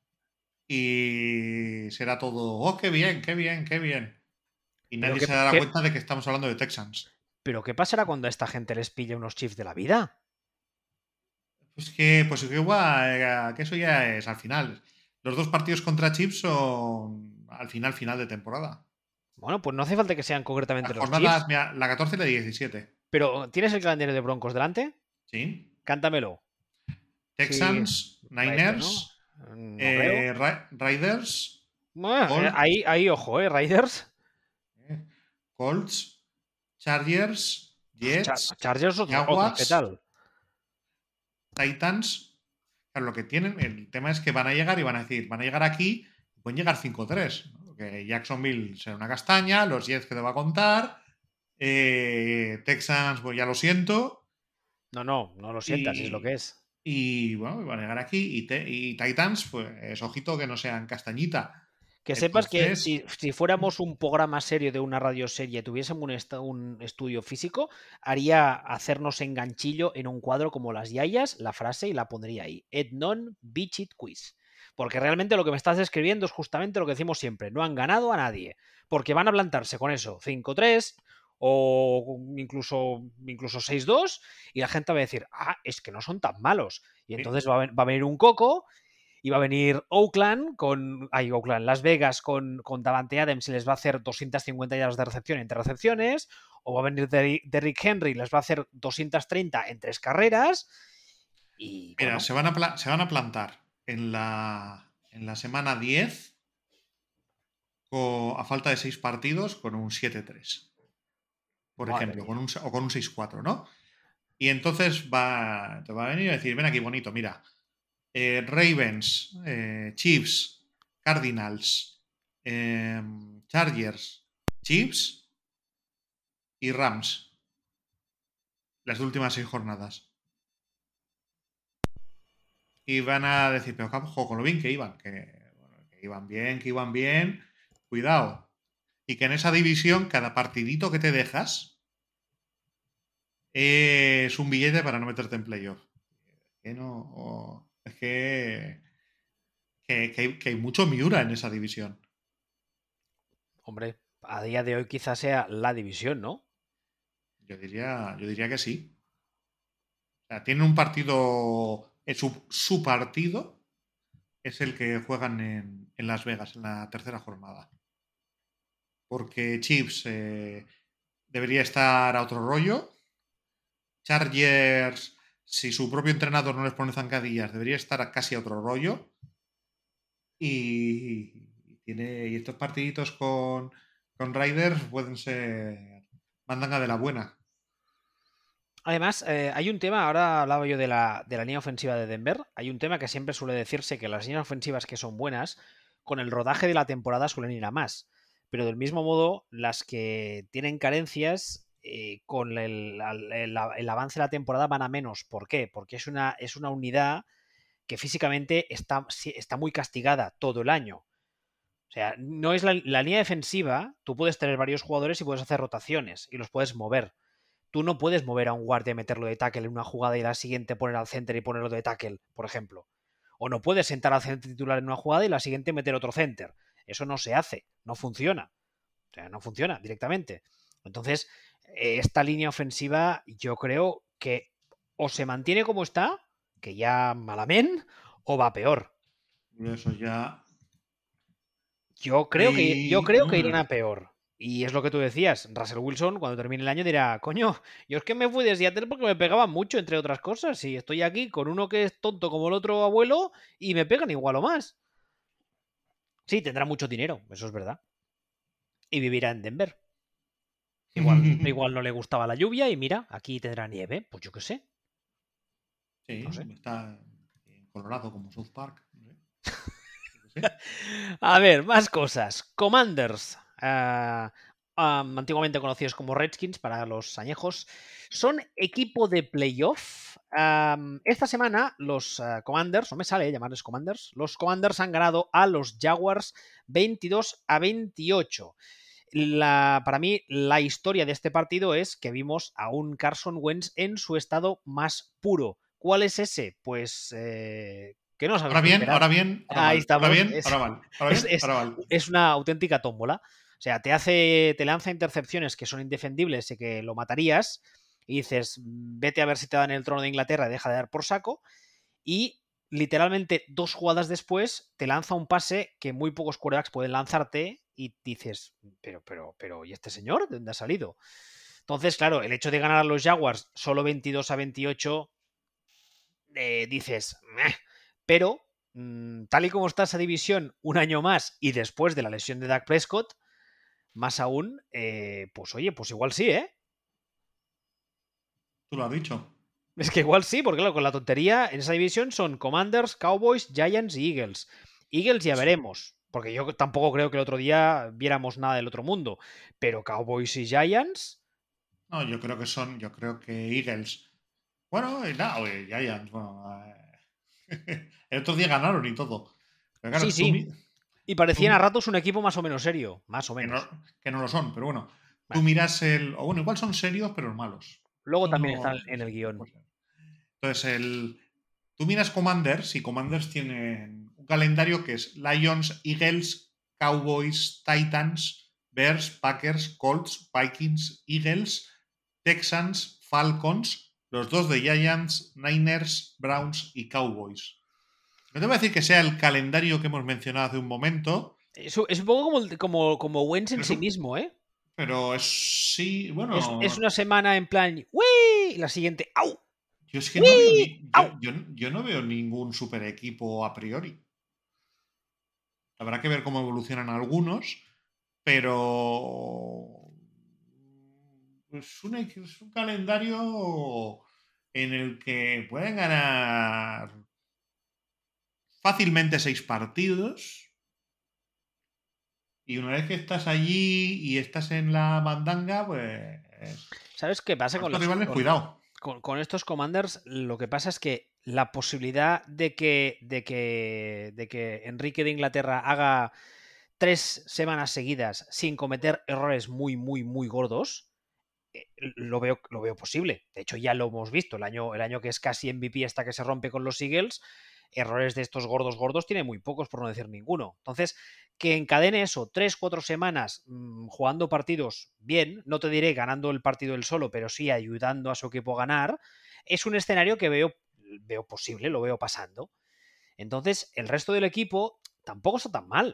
y será todo, oh, qué bien, qué bien, qué bien. Y Pero nadie ¿qué, se dará qué- cuenta de que estamos hablando de Texans. pero ¿qué pasará cuando a esta gente les pille unos chips de la vida? Pues que igual, que eso ya es al final. Los dos partidos contra Chiefs son al final de temporada. Bueno, pues no hace falta que sean Las concretamente los jornadas, chips, mira, la 14 y la 17. pero ¿tienes el calendario de Broncos delante? ¿Sí? Cántamelo. Sí, Texans, este, ¿no? Niners, No creo. Raiders, Bueno, Colts, ahí, ojo, Raiders. eh, Colts, Chargers, Jets, Chargers otros, ¿qué Jaguars, tal? Titans. Claro, lo que tienen, el tema es que van a llegar y van a decir, van a llegar aquí, pueden llegar 5-3, ¿no? Que Jacksonville será una castaña, los Jets que te va a contar, Texans, pues ya lo siento, No lo sientas, es lo que y, es. y bueno, van a llegar aquí, y Titans, pues ojito que no sean castañita. Que sepas que si, Entonces, si fuéramos un programa serio de una radioserie, tuviésemos un estudio físico, haría hacernos enganchillo en un cuadro como las yayas, la frase y la pondría ahí. Et non bicit quiz. Porque realmente lo que me estás describiendo es justamente lo que decimos siempre. No han ganado a nadie. Porque van a plantarse con eso. 5-3 o incluso 6-2 y la gente va a decir, es que no son tan malos. Y entonces va a venir un coco y va a venir Las Vegas con Davante Adams y les va a hacer 250 yardas de recepción entre recepciones, o va a venir Derrick Henry y les va a hacer 230 en 3 carreras, y mira, bueno, se van a plantar en la semana 10 a falta de 6 partidos con un 7-3, por madre ejemplo, mía. o con un 6-4, ¿no? Y entonces te va a venir a decir, ven aquí bonito, mira, Ravens, Chiefs, Cardinals, Chargers, Chiefs y Rams, las últimas 6 jornadas. Y van a decir, pero ojo, con lo bien que iban, bueno, que iban bien, cuidado. Y que en esa división, cada partidito que te dejas es un billete para no meterte en playoff. Que no, es que hay mucho Miura en esa división. Hombre, a día de hoy quizás sea la división, ¿no? Yo diría que sí. O sea, tienen un partido, su partido es el que juegan en Las Vegas, en la tercera jornada. Porque Chiefs debería estar a otro rollo. Chargers, si su propio entrenador no les pone zancadillas, debería estar casi a otro rollo. Y estos partiditos con Riders pueden ser mandanga de la buena. Además, hay un tema, ahora hablaba yo de la línea ofensiva de Denver, hay un tema que siempre suele decirse que las líneas ofensivas que son buenas, con el rodaje de la temporada suelen ir a más. Pero del mismo modo, las que tienen carencias, con el avance de la temporada van a menos. ¿Por qué? Porque es una unidad que físicamente está muy castigada todo el año. O sea, no es la línea defensiva, tú puedes tener varios jugadores y puedes hacer rotaciones y los puedes mover. Tú no puedes mover a un guardia y meterlo de tackle en una jugada y la siguiente poner al center y ponerlo de tackle, por ejemplo. O no puedes sentar al center titular en una jugada y la siguiente meter otro center. Eso no se hace, no funciona. O sea, no funciona directamente. Entonces, esta línea ofensiva yo creo que o se mantiene como está, que ya malamente, o va peor. Eso ya. Yo creo que irán Ahí, a peor. Y es lo que tú decías. Russell Wilson, cuando termine el año, dirá, coño, yo es que me fui de Seattle porque me pegaban mucho, entre otras cosas. Y estoy aquí con uno que es tonto como el otro abuelo y me pegan igual o más. Sí, tendrá mucho dinero, eso es verdad. Y vivirá en Denver. Igual no le gustaba la lluvia y mira, aquí tendrá nieve. Pues yo qué sé, no sí, sé. está en Colorado como South Park. No sé, yo qué sé. A ver, más cosas. Commanders, antiguamente conocidos como Redskins para los añejos, son equipo de playoff. Esta semana los Commanders, no me sale llamarles Commanders, los Commanders han ganado a los Jaguars 22-28. Para mí, la historia de este partido es que vimos a un Carson Wentz en su estado más puro. ¿Cuál es ese? Pues que no sabes Ahora qué bien, esperar. ahora bien, ahora Ahí mal. Ahora estamos. bien, ahora mal. Ahora Es, bien, es, ahora mal. es una auténtica tómbola. O sea, te lanza intercepciones que son indefendibles y que lo matarías. Y dices, vete a ver si te dan el trono de Inglaterra y deja de dar por saco. Y literalmente 2 jugadas después te lanza un pase que muy pocos quarterbacks pueden lanzarte y dices, pero, ¿y este señor? ¿De dónde ha salido? Entonces, claro, el hecho de ganar a los Jaguars solo 22-28, dices, meh. Pero tal y como está esa división un año más y después de la lesión de Dak Prescott, más aún, pues oye, pues igual sí, ¿eh? Tú lo has dicho. Es que igual sí, porque claro, con la tontería en esa división son Commanders, Cowboys, Giants y Eagles. Eagles ya veremos, porque yo tampoco creo que el otro día viéramos nada del otro mundo, pero Cowboys y Giants, No, yo creo que Eagles. Bueno, y nada, oye, Giants, bueno. El otro día ganaron y todo. Pero sí, claro, sí, y tú parecían a ratos un equipo más o menos serio, más o que no, menos. que no lo son, pero bueno, tú Bueno, miras el. O bueno, igual son serios, pero malos. luego Eso también no. están en el guión. Puede ser. Entonces, tú miras Commanders y Commanders tienen un calendario que es Lions, Eagles, Cowboys, Titans, Bears, Packers, Colts, Vikings, Eagles, Texans, Falcons, los dos de Giants, Niners, Browns y Cowboys. No te voy a decir que sea el calendario que hemos mencionado hace un momento, Es un poco como Wentz en pero es, sí mismo, ¿eh? pero es sí, Es bueno, una semana en plan, ¡Wii! Y la siguiente, ¡au! yo es que no veo ¡Wii! ¡Au! yo no veo ningún super equipo a priori. Habrá que ver cómo evolucionan algunos, pero es un calendario en el que pueden ganar fácilmente 6 partidos. Y una vez que estás allí y estás en la mandanga, pues ¿Sabes qué pasa con con estos los rivales, cuidado. con estos Commanders? Lo que pasa es que la posibilidad de que Enrique de Inglaterra haga 3 semanas seguidas sin cometer errores muy, muy, muy gordos, lo veo posible. De hecho, ya lo hemos visto. El año que es casi MVP hasta que se rompe con los Eagles, errores de estos gordos gordos tiene muy pocos, por no decir ninguno. Entonces, que encadene eso 3, 4 semanas jugando partidos bien, no te diré ganando el partido él solo, pero sí ayudando a su equipo a ganar, es un escenario que veo posible, lo veo pasando. Entonces, el resto del equipo tampoco está tan mal.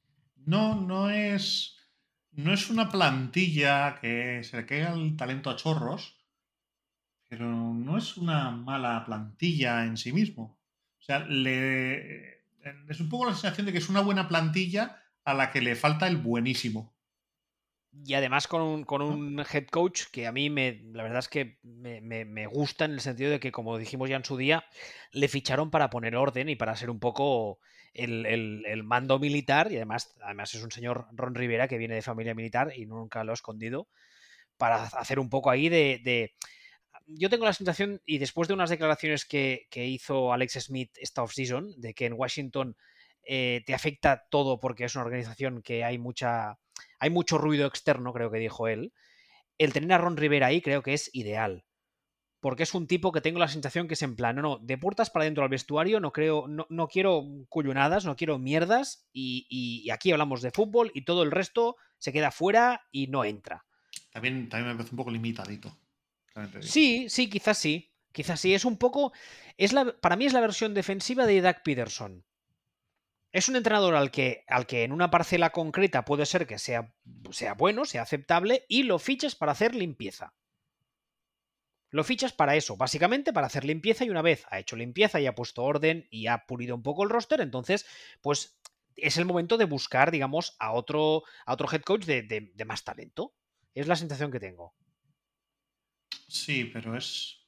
No es una plantilla que se le caiga el talento a chorros, pero no es una mala plantilla en sí mismo. O sea, es un poco la sensación de que es una buena plantilla a la que le falta el buenísimo. Y además con ¿No? un head coach que a mí la verdad es que me gusta en el sentido de que, como dijimos ya en su día, le ficharon para poner orden y para ser un poco el mando militar. Y además es un señor Ron Rivera que viene de familia militar y nunca lo ha escondido, para hacer un poco ahí Yo tengo la sensación, y después de unas declaraciones que hizo Alex Smith esta offseason, de que en Washington te afecta todo porque es una organización que hay mucho ruido externo, creo que dijo él. El tener a Ron Rivera ahí creo que es ideal. Porque es un tipo que tengo la sensación que es en plan, no, de puertas para dentro al vestuario, no quiero cuyunadas, no quiero mierdas, y aquí hablamos de fútbol y todo el resto se queda fuera y no entra. También me parece un poco limitadito. También te digo. Sí, sí, quizás sí. Quizás sí. Es un poco. Para mí es la versión defensiva de Doug Peterson. Es un entrenador al que en una parcela concreta puede ser que sea bueno, sea aceptable, y lo fichas para hacer limpieza. Lo fichas para eso, básicamente para hacer limpieza, y una vez ha hecho limpieza y ha puesto orden y ha pulido un poco el roster, entonces, pues es el momento de buscar, digamos, a otro head coach de más talento. Es la sensación que tengo. Sí, pero es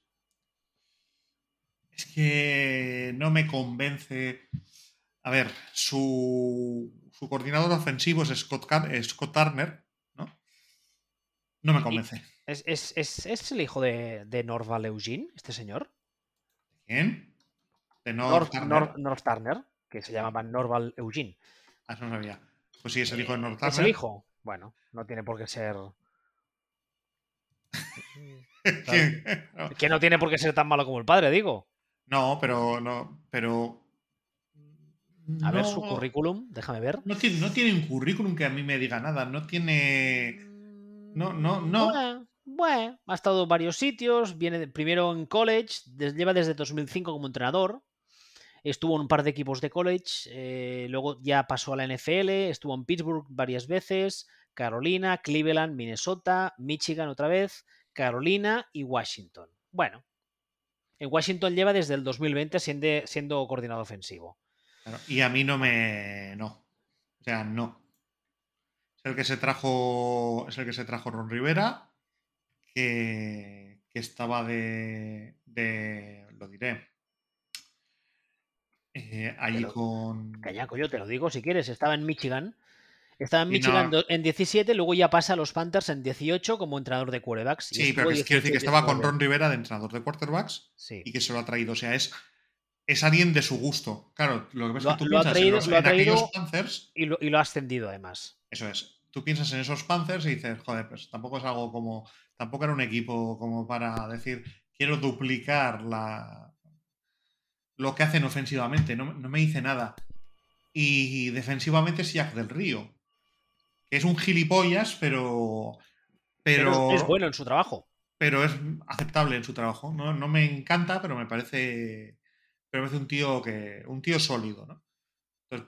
que no me convence. A ver, su coordinador ofensivo es Scott Turner, ¿no? No me convence. ¿Es el hijo de Norval Eugene, este señor? ¿Quién? De North Turner. North Turner, que se llamaba Norval Eugene. Ah, eso no sabía. Pues sí, es el hijo de North ¿Es el Turner. hijo? Bueno, no tiene por qué ser. Claro. ¿Quién? No, Que no tiene por qué ser tan malo como el padre, digo. no, pero A ver su no, currículum, déjame ver. no tiene un currículum que a mí me diga nada. No tiene. No. Bueno, ha estado en varios sitios. Viene primero en college, lleva desde 2005 como entrenador. Estuvo en un par de equipos de college, luego ya pasó a la NFL, estuvo en Pittsburgh varias veces, Carolina, Cleveland, Minnesota, Michigan otra vez, Carolina y Washington. Bueno, en Washington lleva desde el 2020 siendo coordinador ofensivo. Claro, y a mí no me. No. O sea, no. Es el que se trajo. Es el que se trajo Ron Rivera. Que estaba lo diré. Allí Pero, con. callaco, yo te lo digo si quieres, estaba en Michigan. Estaba en Y Michigan no. en 17, luego ya pasa a los Panthers en 18 como entrenador de quarterbacks y Sí, pero estuvo quiero decir 18 que y estaba con 19. Ron Rivera de entrenador de quarterbacks Sí. y que se lo ha traído. O sea, es alguien de su gusto. Claro, lo que ves Lo, que ha- tú lo ha piensas traído, lo ha en aquellos traído Panthers, y lo ha ascendido además. eso es. Tú piensas en esos Panthers y dices, joder, pues tampoco es algo como. Tampoco era un equipo como para decir, quiero duplicar lo que hacen ofensivamente. No me dice nada. Y defensivamente es Jack del Río, que es un gilipollas, Pero es pero, bueno en su trabajo. pero es aceptable en su trabajo. No me encanta, pero me parece un tío sólido, ¿no? Entonces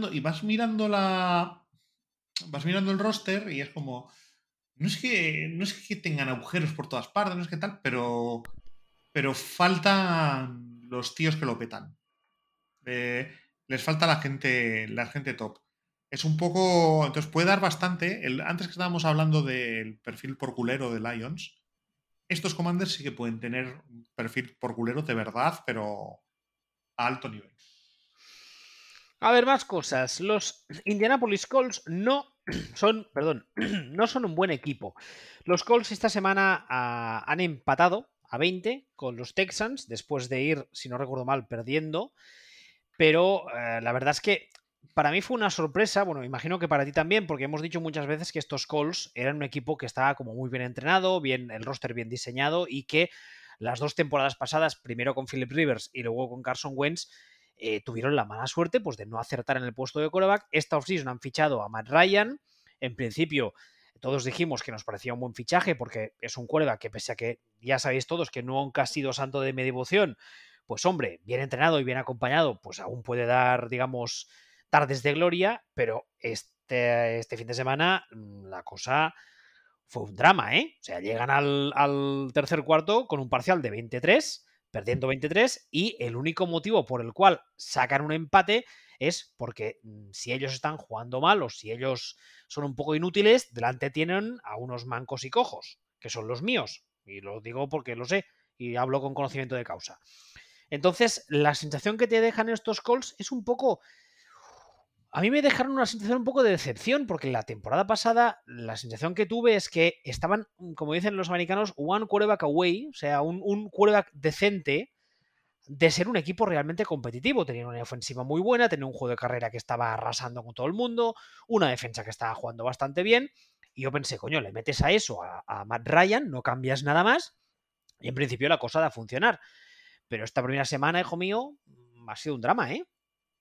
vas mirando el roster y es como, no es que tengan agujeros por todas partes, no es que tal, pero faltan los tíos que lo petan. Eh, Les falta la gente top. Es un poco. Entonces puede dar bastante. Antes que estábamos hablando del perfil por culero de Lions, estos commanders sí que pueden tener un perfil por culero de verdad, pero a alto nivel. A ver, más cosas. Los Indianapolis Colts no son, perdón, no son un buen equipo. Los Colts esta semana han empatado a 20 con los Texans después de ir, si no recuerdo mal, perdiendo. Pero la verdad es que para mí fue una sorpresa, bueno, imagino que para ti también, porque hemos dicho muchas veces que estos Colts eran un equipo que estaba como muy bien entrenado, bien, el roster bien diseñado y que las dos temporadas pasadas, primero con Philip Rivers y luego con Carson Wentz, tuvieron la mala suerte pues, de no acertar en el puesto de quarterback. Esta offseason han fichado a Matt Ryan. En principio, todos dijimos que nos parecía un buen fichaje porque es un quarterback que, pese a que ya sabéis todos que nunca ha sido santo de mi devoción, pues hombre, bien entrenado y bien acompañado, pues aún puede dar, digamos, tardes de gloria, pero este fin de semana la cosa fue un drama, ¿eh? O sea, llegan al tercer cuarto con un parcial de 23, perdiendo 23, y el único motivo por el cual sacan un empate es porque si ellos están jugando mal o si ellos son un poco inútiles, delante tienen a unos mancos y cojos, que son los míos. Y lo digo porque lo sé y hablo con conocimiento de causa. Entonces, la sensación que te dejan estos calls es un poco. A mí me dejaron una sensación un poco de decepción, porque la temporada pasada la sensación que tuve es que estaban, como dicen los americanos, one quarterback away, o sea, un quarterback decente de ser un equipo realmente competitivo. Tenían una ofensiva muy buena, tenían un juego de carrera que estaba arrasando con todo el mundo, una defensa que estaba jugando bastante bien. Y yo pensé, coño, le metes a eso a Matt Ryan, no cambias nada más, y en principio la cosa da a funcionar. Pero esta primera semana, hijo mío, ha sido un drama, ¿eh?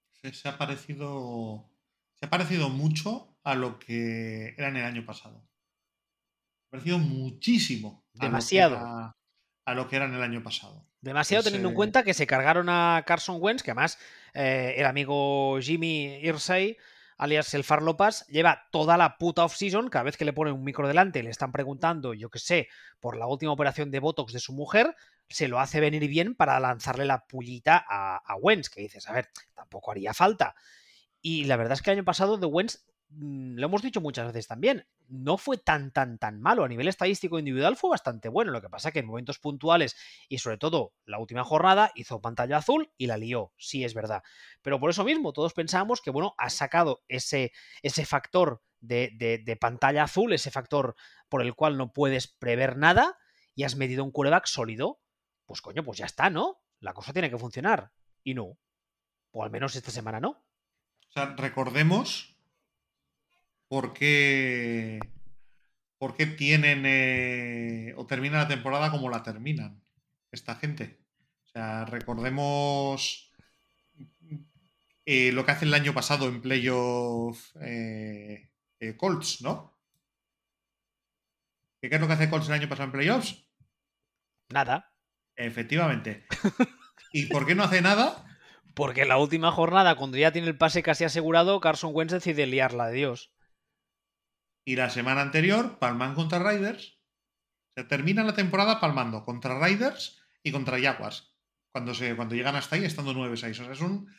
Se ha parecido mucho a lo que era en el año pasado. Se ha parecido muchísimo a lo que Demasiado. era en el año pasado. Demasiado Es, teniendo en cuenta que se cargaron a Carson Wentz, que además el amigo Jimmy Irsay, alias el Farlopas, lleva toda la puta off-season, cada vez que le ponen un micro delante, le están preguntando, yo qué sé, por la última operación de Botox de su mujer, se lo hace venir bien para lanzarle la pullita a Wentz, que dices, a ver, tampoco haría falta. Y la verdad es que el año pasado The Wentz, lo hemos dicho muchas veces también, no fue tan malo. A nivel estadístico individual fue bastante bueno. Lo que pasa que en momentos puntuales y sobre todo la última jornada hizo pantalla azul y la lió. Sí, es verdad. Pero por eso mismo todos pensábamos que, bueno, ha sacado ese factor de pantalla azul, ese factor por el cual no puedes prever nada y has medido un quarterback sólido. Pues coño, pues ya está, ¿no? La cosa tiene que funcionar. Y no. O al menos esta semana no. O sea, recordemos por qué tienen o terminan la temporada como la terminan esta gente. O sea, recordemos lo que hace el año pasado en playoff Colts, ¿no? ¿Qué es lo que hace Colts el año pasado en playoffs? Nada. Efectivamente. ¿Y por qué no hace nada? Porque en la última jornada, cuando ya tiene el pase casi asegurado, Carson Wentz decide liarla de Dios. Y la semana anterior, palman contra Raiders. Se termina la temporada palmando contra Raiders y contra Jaguars. Cuando llegan hasta ahí, estando 9-6. O sea, es un.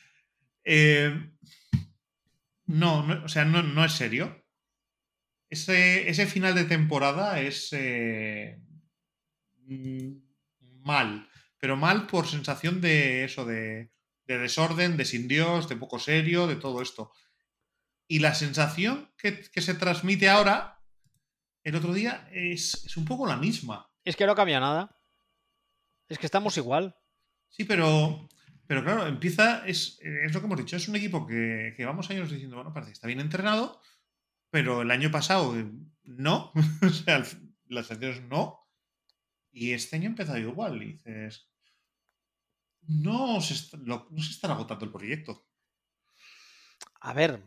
No, o sea, no es serio. Ese final de temporada es mal. Pero mal por sensación de eso, de desorden, de sin Dios, de poco serio, de todo esto. Y la sensación que se transmite ahora, el otro día, es un poco la misma. Es que no cambia nada. Es que estamos igual. Sí, pero claro, empieza, es lo que hemos dicho, es un equipo que vamos años diciendo, bueno, parece que está bien entrenado, pero el año pasado no, o sea, las sensaciones no, y este año ha empezado igual, y dices, no se está agotando el proyecto. A ver,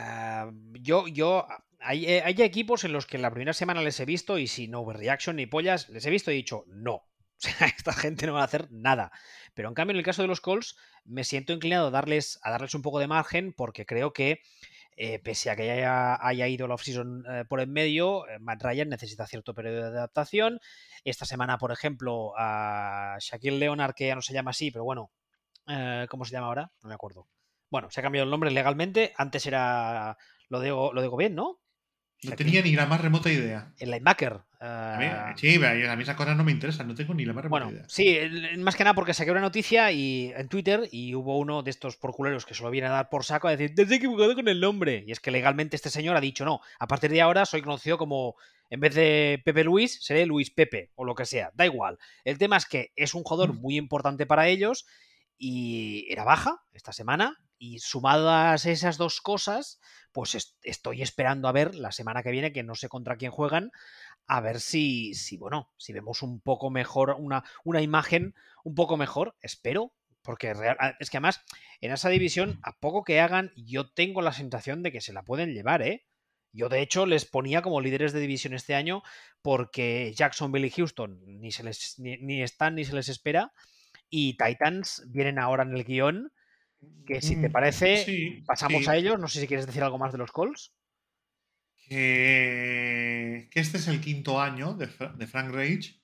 hay equipos en los que en la primera semana les he visto y sin overreaction ni pollas, les he visto y he dicho no. O sea, esta gente no va a hacer nada. Pero en cambio, en el caso de los Colts, me siento inclinado a darles un poco de margen porque creo que, pese a que haya ido la offseason por en medio, Matt Ryan necesita cierto periodo de adaptación. Esta semana, por ejemplo, a Shaquille Leonard, que ya no se llama así, pero bueno, ¿cómo se llama ahora? No me acuerdo. Bueno, se ha cambiado el nombre legalmente. Antes era. Lo digo bien, ¿no? No tenía ni la más remota idea. El linebacker. Sí, a mí esas cosas no me interesan, no tengo ni la más remota Bueno, idea. sí, más que nada porque saqué una noticia en Twitter y hubo uno de estos porculeros que solo viene a dar por saco a decir, te has equivocado con el nombre. Y es que legalmente este señor ha dicho, no, a partir de ahora soy conocido como, en vez de Pepe Luis, seré Luis Pepe o lo que sea, da igual. El tema es que es un jugador muy importante para ellos y era baja esta semana. Y sumadas esas dos cosas, pues estoy esperando a ver la semana que viene, que no sé contra quién juegan, a ver bueno, si vemos un poco mejor, una imagen un poco mejor, espero, porque es que además en esa división, a poco que hagan, yo tengo la sensación de que se la pueden llevar, ¿eh? Yo de hecho les ponía como líderes de división este año porque Jacksonville y Houston ni están ni se les espera y Titans vienen ahora en el guión, que si te parece Sí, pasamos a sí. ellos, no sé si quieres decir algo más de los Colts. Que este es el quinto año de Frank Reich.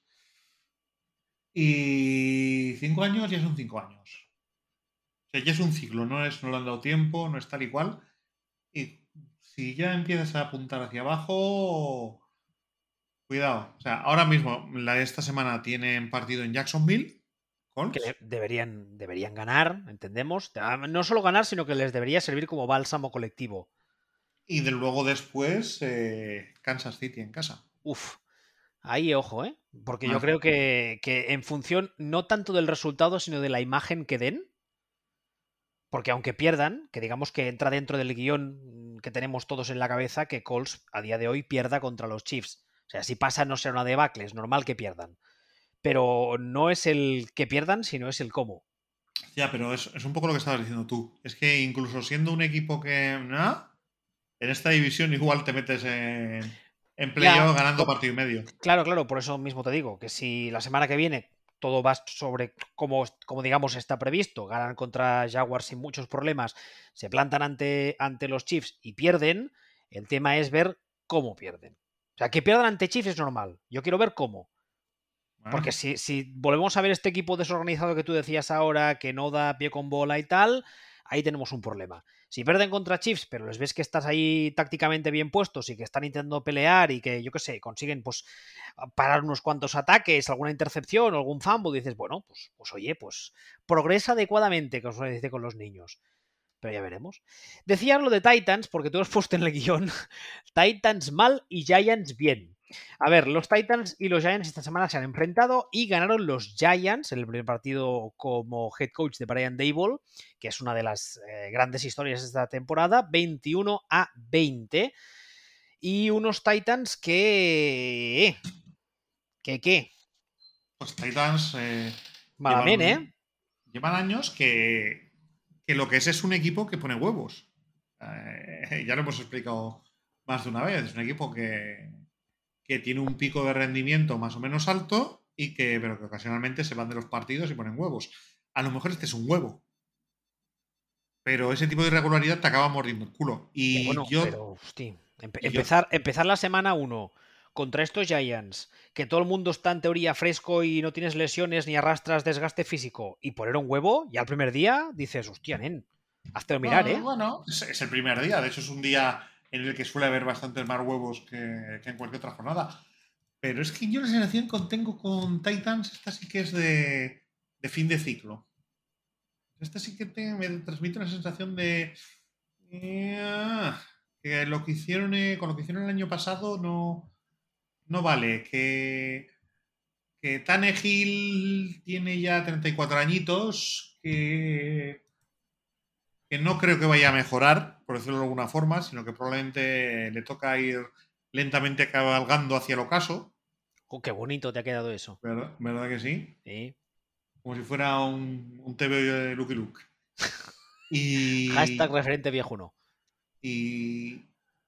Y 5 años ya son 5 años. O sea, ya es un ciclo, no le han dado tiempo, no es tal y cual. Y si ya empiezas a apuntar hacia abajo, cuidado. O sea, ahora mismo, esta semana tienen partido en Jacksonville, Que Colts. deberían ganar, entendemos. No solo ganar, sino que les debería servir como bálsamo colectivo. Y luego después, Kansas City en casa. Uf, ahí ojo, ¿eh? Porque yo Más. creo que en función no tanto del resultado, sino de la imagen que den, porque aunque pierdan, que digamos que entra dentro del guión que tenemos todos en la cabeza, que Colts a día de hoy pierda contra los Chiefs. O sea, si pasa no será una debacle, es normal que pierdan. Pero no es el que pierdan, sino es el cómo. Ya, pero es un poco lo que estabas diciendo tú. Es que incluso siendo un equipo que. ¿No? En esta división igual te metes en Ya, playoff ganando partido y medio. claro, por eso mismo te digo, que si la semana que viene todo va sobre como digamos está previsto, ganan contra Jaguars sin muchos problemas, se plantan ante los Chiefs y pierden, el tema es ver cómo pierden. O sea, que pierdan ante Chiefs es normal, yo quiero ver cómo. Bueno, Porque si volvemos a ver este equipo desorganizado que tú decías ahora, que no da pie con bola y tal, ahí tenemos un problema. Si pierden contra Chiefs, pero les ves que estás ahí tácticamente bien puestos y que están intentando pelear y que, yo qué sé, consiguen pues parar unos cuantos ataques, alguna intercepción o algún fumble, dices, bueno, pues oye, pues progresa adecuadamente, como se dice con los niños. Pero ya veremos. Decía lo de Titans, porque tú has puesto en el guión Titans mal y Giants bien. A ver, los Titans y los Giants esta semana se han enfrentado y ganaron los Giants en el primer partido como head coach de Brian Daboll, que es una de las grandes historias de esta temporada, 21-20. Y unos Titans que... ¿Qué? pues Titans Malamente, ¿eh? llevan años que lo que es un equipo que pone huevos. Ya lo hemos explicado más de una vez. Es un equipo que tiene un pico de rendimiento más o menos alto pero que ocasionalmente se van de los partidos y ponen huevos. A lo mejor este es un huevo, pero ese tipo de irregularidad te acaba mordiendo el culo. Ya, bueno, pero, hostia, Y yo, empezar la semana 1 contra estos Giants, que todo el mundo está en teoría fresco y no tienes lesiones ni arrastras desgaste físico, y poner un huevo, ya el primer día dices, hostia, nen, hazte mirar, ¿eh? bueno, es el primer día. De hecho, es un día en el que suele haber bastantes más huevos que en cualquier otra jornada. Pero es que yo la sensación que tengo con Titans, esta sí que es de fin de ciclo. Esta sí que me transmite una sensación de que lo que hicieron con lo que hicieron el año pasado no vale. Que Tannehill tiene ya 34 añitos, que no creo que vaya a mejorar, por decirlo de alguna forma, sino que probablemente le toca ir lentamente cabalgando hacia el ocaso. Oh, qué bonito te ha quedado eso. ¿Verdad que sí? Sí. Como si fuera un TV de Lucky Luke. Hashtag Y, referente viejuno. y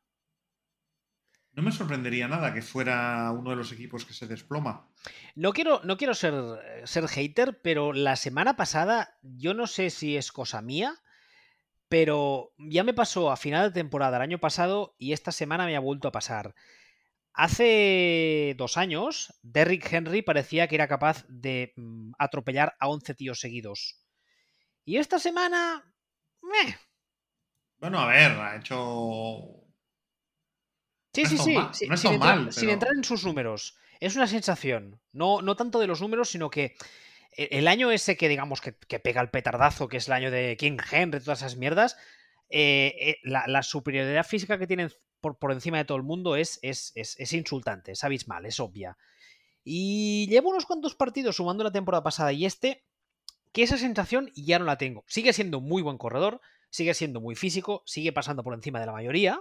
no me sorprendería nada que fuera uno de los equipos que se desploma. No quiero ser hater, pero la semana pasada, yo no sé si es cosa mía, pero ya me pasó a final de temporada el año pasado y esta semana me ha vuelto a pasar. Hace 2 años, Derrick Henry parecía que era capaz de atropellar a 11 tíos seguidos. Y esta semana... meh. Bueno, a ver, ha hecho. Sí, No sí, está sí, mal, sí, no está mal, sin pero. entrar en sus números. Es una sensación. No tanto de los números, sino que el año ese que digamos que pega el petardazo, que es el año de King Henry, todas esas mierdas, la superioridad física que tienen por encima de todo el mundo es insultante, es abismal, es obvia. Y llevo unos cuantos partidos sumando la temporada pasada y que esa sensación ya no la tengo. Sigue siendo un muy buen corredor, sigue siendo muy físico, sigue pasando por encima de la mayoría,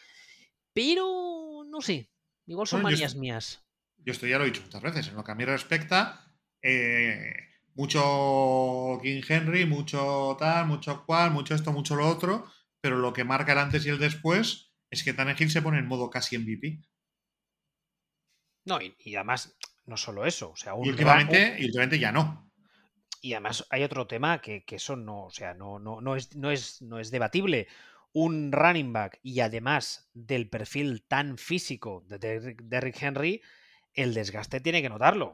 pero no sé, igual son Bueno, manías mías. esto ya lo he dicho muchas veces. En lo que a mí respecta, eh, mucho King Henry, mucho tal, mucho cual, mucho esto, mucho lo otro, pero lo que marca el antes y el después es que Tannehill se pone en modo casi MVP. No, y además, no solo eso, o sea, Y últimamente ya no. y además hay otro tema que eso no, o sea, no es debatible. Un running back y además del perfil tan físico de Derrick Henry, el desgaste tiene que notarlo.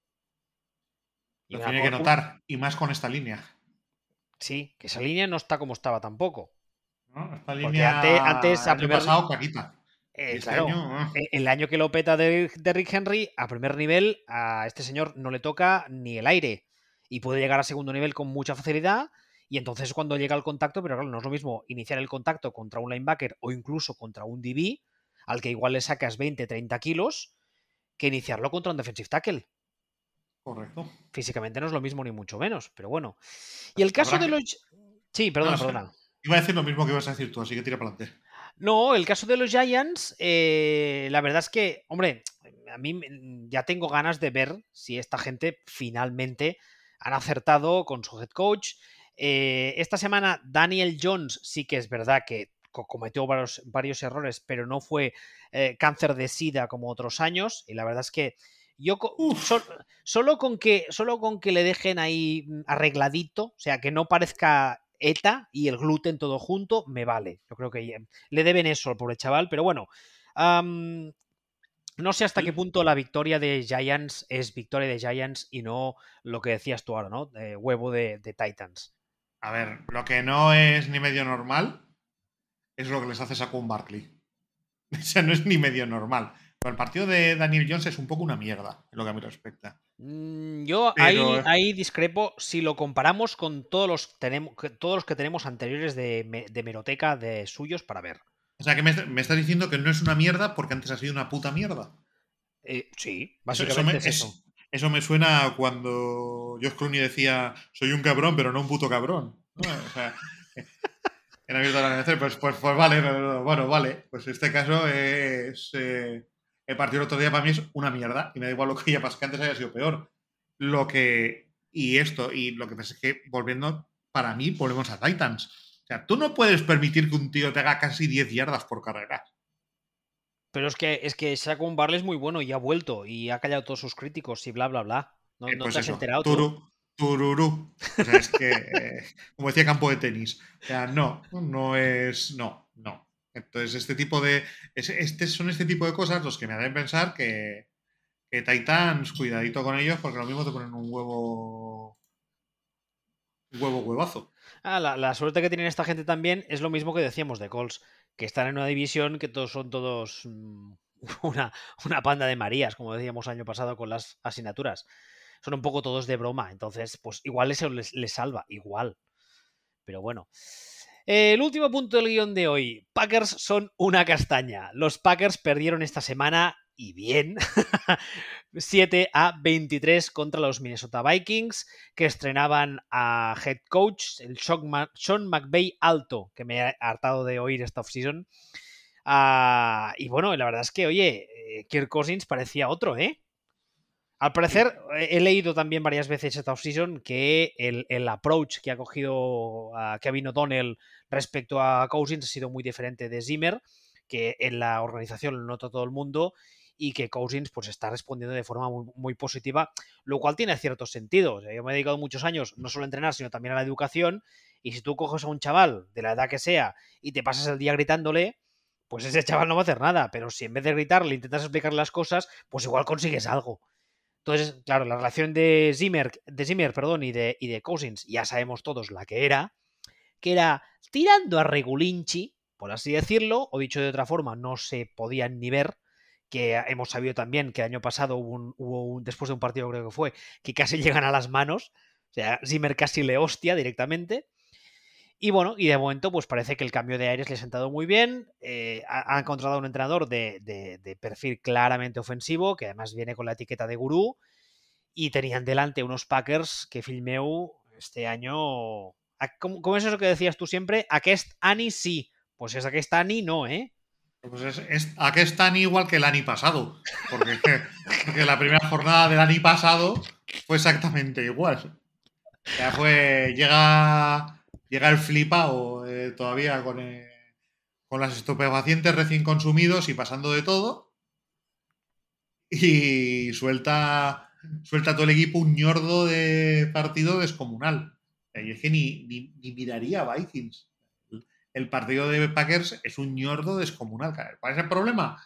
Y Lo tiene que una, notar, y más con esta línea. sí, que esa línea no está como estaba tampoco. ¿No? Esta Porque línea antes el a año primer, pasado, caquita. Y este claro, año, el año que lo peta Derrick Henry, a primer nivel, a este señor no le toca ni el aire. Y puede llegar a segundo nivel con mucha facilidad. Y entonces cuando llega al contacto, pero claro, no es lo mismo iniciar el contacto contra un linebacker o incluso contra un DB, al que igual le sacas 20, 30 kilos, que iniciarlo contra un defensive tackle. correcto. Físicamente no es lo mismo ni mucho menos, pero bueno. Y el caso Habrá de que. los... Sí, No, perdona. iba a decir lo mismo que ibas a decir tú, así que tira para adelante. No, el caso de los Giants, la verdad es que, hombre, a mí ya tengo ganas de ver si esta gente finalmente han acertado con su head coach. Esta semana Daniel Jones sí que es verdad que cometió varios errores, pero no fue cáncer de sida como otros años. Y la verdad es que Yo solo con que le dejen ahí arregladito, o sea, que no parezca ETA y el gluten todo junto, me vale. Yo creo que le deben eso al pobre chaval, pero bueno. No sé hasta qué punto la victoria de Giants es victoria de Giants y no lo que decías tú ahora, ¿no? Huevo de Titans. A ver, lo que no es ni medio normal es lo que les hace Saquon Barkley. O sea, no es ni medio normal. Pero el partido de Daniel Jones es un poco una mierda, en lo que a mí respecta. Yo Pero, ahí discrepo si lo comparamos con todos los que tenemos anteriores de meroteca de suyos para ver. o sea, que me estás diciendo que no es una mierda porque antes ha sido una puta mierda. Sí, Eso básicamente es eso. eso me suena a cuando Josh Clooney decía soy un cabrón, pero no un puto cabrón. ¿No? O sea, en abierto al amanecer, pues vale, bueno, vale. Pues en este caso es. El partido del otro día para mí es una mierda. Y me da igual lo que haya pasado, que antes haya sido peor. Lo que. Y lo que pasa es que, volviendo, para mí, volvemos a Titans. O sea, tú no puedes permitir que un tío te haga casi 10 yardas por carrera. Pero es que Saquon Barkley es muy bueno y ha vuelto y ha callado a todos sus críticos y bla, bla, bla. ¿No Pues te has eso, enterado tú? tururú. O sea, es que, como decía campo de tenis, o sea, no es, no. Entonces, son este tipo de cosas los que me hacen pensar que Titans, cuidadito con ellos, porque lo mismo te ponen huevazo. La suerte que tienen esta gente también es lo mismo que decíamos de Colts, que están en una división que todos son una, una panda de Marías, como decíamos el año pasado con las asignaturas. Son un poco todos de broma, entonces, pues igual eso les salva, igual. Pero bueno. El último punto del guión de hoy. Packers son una castaña. Los Packers perdieron esta semana y bien. 7-23 contra los Minnesota Vikings, que estrenaban a head coach, el Sean McVay alto, que me he hartado de oír esta offseason. Y bueno, la verdad es que, oye, Kirk Cousins parecía otro, ¿eh? Al parecer, Sí. he leído también varias veces esta offseason que el approach que ha cogido Kevin O'Donnell respecto a Cousins ha sido muy diferente de Zimmer, que en la organización lo nota todo el mundo y que Cousins pues está respondiendo de forma muy, muy positiva, lo cual tiene cierto sentido. O sea, yo me he dedicado muchos años no solo a entrenar, sino también a la educación, y si tú coges a un chaval de la edad que sea y te pasas el día gritándole, pues ese chaval no va a hacer nada, pero si en vez de gritarle intentas explicarle las cosas, pues igual consigues algo. Entonces, claro, la relación de Zimmer, perdón, y de Cousins, ya sabemos todos la que era tirando a regulinchi, por así decirlo, o dicho de otra forma, no se podían ni ver, que hemos sabido también que el año pasado después de un partido creo que fue, que casi llegan a las manos, o sea, Zimmer casi le hostia directamente. Y bueno, y de momento pues parece que el cambio de aires le ha sentado muy bien. Ha encontrado un entrenador de perfil claramente ofensivo, que además viene con la etiqueta de gurú, y tenían delante unos Packers que Filmeu este año... ¿Cómo es eso que decías tú siempre? Aquest Ani sí. Pues es aquest Ani no, ¿eh? Pues ¿a qué están igual que el año pasado? Porque, porque la primera jornada del año pasado fue exactamente igual. Ya llega el flipao todavía con las estupefacientes recién consumidos y pasando de todo. Y suelta todo el equipo un ñordo de partido descomunal. Y es que ni miraría a Vikings. El partido de Packers es un ñordo descomunal. ¿Cuál es el problema?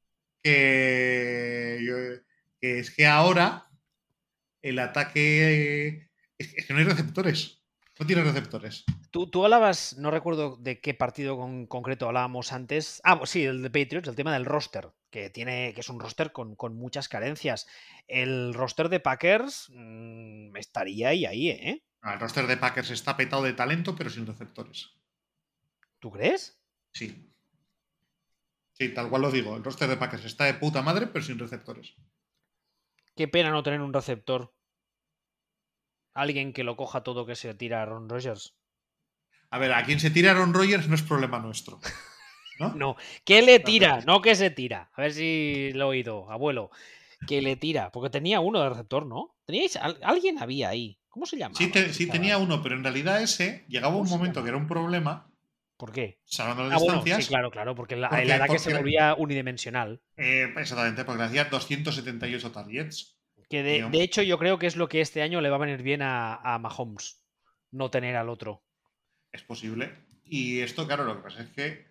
Que es que ahora el ataque es que no hay receptores. No tiene receptores. Tú hablabas, no recuerdo de qué partido concreto hablábamos antes. Pues sí, el de Patriots, el tema del roster, que es un roster con muchas carencias. El roster de Packers estaría ahí, ¿eh? El roster de Packers está petado de talento, pero sin receptores. ¿Tú crees? Sí. Sí, tal cual lo digo. El roster de Packers está de puta madre, pero sin receptores. Qué pena no tener un receptor. Alguien que lo coja todo que se tira a Aaron Rodgers. A ver, a quien se tira Aaron Rodgers no es problema nuestro. ¿No? No, ¿qué le tira? No que se tira. A ver si lo he oído, abuelo. Que le tira. Porque tenía uno de receptor, ¿no? ¿Teníais? Alguien había ahí. ¿Cómo se llamaba ese Sí tenía chaval? uno, pero en realidad ese llegaba ¿Cómo un se momento que era llamaba? un problema ¿Por qué? salvando las Bueno, distancias. sí, claro, porque la porque, edad que porque se volvía unidimensional. exactamente, porque le hacía 278 targets. Que Y, de hecho yo creo que es lo que este año le va a venir bien a Mahomes, no tener al otro. es posible. Y esto, claro, lo que pasa es que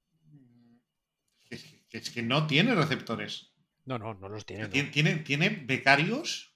es que no tiene receptores. No los O sea, tiene, no. tiene becarios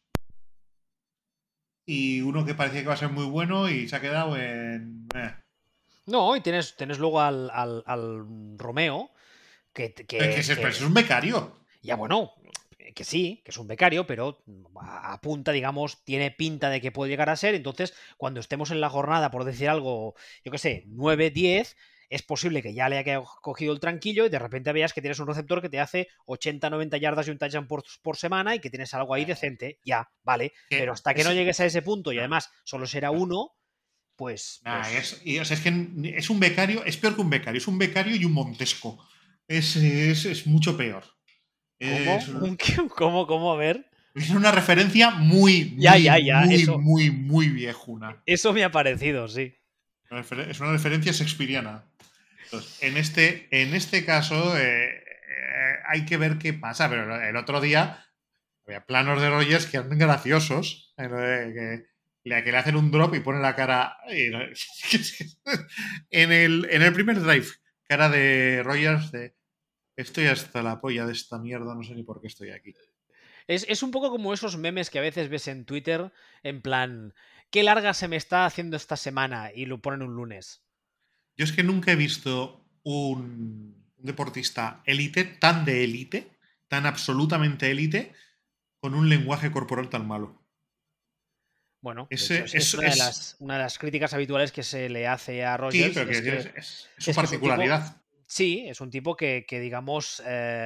y uno que parecía que va a ser muy bueno y se ha quedado en. No, y tienes luego al Romeo, que, que, Pero que- es un becario. ya bueno, que sí, que es un becario, pero apunta, digamos, tiene pinta de que puede llegar a ser. Entonces, cuando estemos en la jornada, por decir algo, yo qué sé, 9-10, es posible que ya le haya cogido el tranquillo y de repente veas que tienes un receptor que te hace 80-90 yardas y un touchdown por semana y que tienes algo ahí decente. Ya, vale. Pero hasta que no llegues a ese punto y No, además solo será no. uno, pues. Nah, o sea, es que es un becario, es peor que un becario, es un becario y un Montesco. Es mucho peor. ¿Cómo? Es, ¿Cómo? A ver. es una referencia muy, muy, Ya. muy, muy, muy viejuna. Eso me ha parecido, sí. Es una referencia shakespeariana. Entonces, en este caso, hay que ver qué pasa. Pero el otro día había planos de Rogers que eran graciosos. Que le hacen un drop y pone la cara. En el primer drive, cara de Rogers de. Estoy hasta la polla de esta mierda, no sé ni por qué estoy aquí. Es un poco como esos memes que a veces ves en Twitter, en plan, qué larga se me está haciendo esta semana y lo ponen un lunes. Yo es que nunca he visto un deportista élite, tan de élite, tan absolutamente élite, con un lenguaje corporal tan malo. Bueno, de hecho, Ese es una de las críticas habituales que se le hace a sí, Rogers, pero que es su es que es un tipo, particularidad. sí, es un tipo que digamos,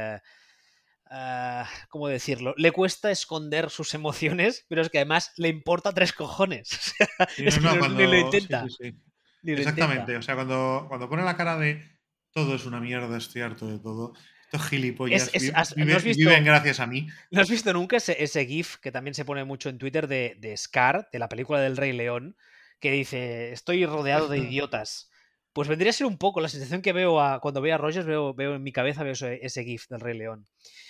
¿cómo decirlo? Le cuesta esconder sus emociones, pero es que además le importa tres cojones. O sea, Sí, es no, que no, ni lo cuando. Sí, sí, intenta, sí. ni lo intenta. Exactamente. O sea, cuando pone la cara de todo es una mierda, estoy harto de todo. Estos gilipollas ¿No has viven visto? gracias a mí. ¿No has visto nunca ese GIF que también se pone mucho en Twitter de Scar, de la película del Rey León, que dice, estoy rodeado de idiotas? Pues vendría a ser un poco la sensación que veo cuando veo a Rogers, veo en mi cabeza veo ese GIF del Rey León.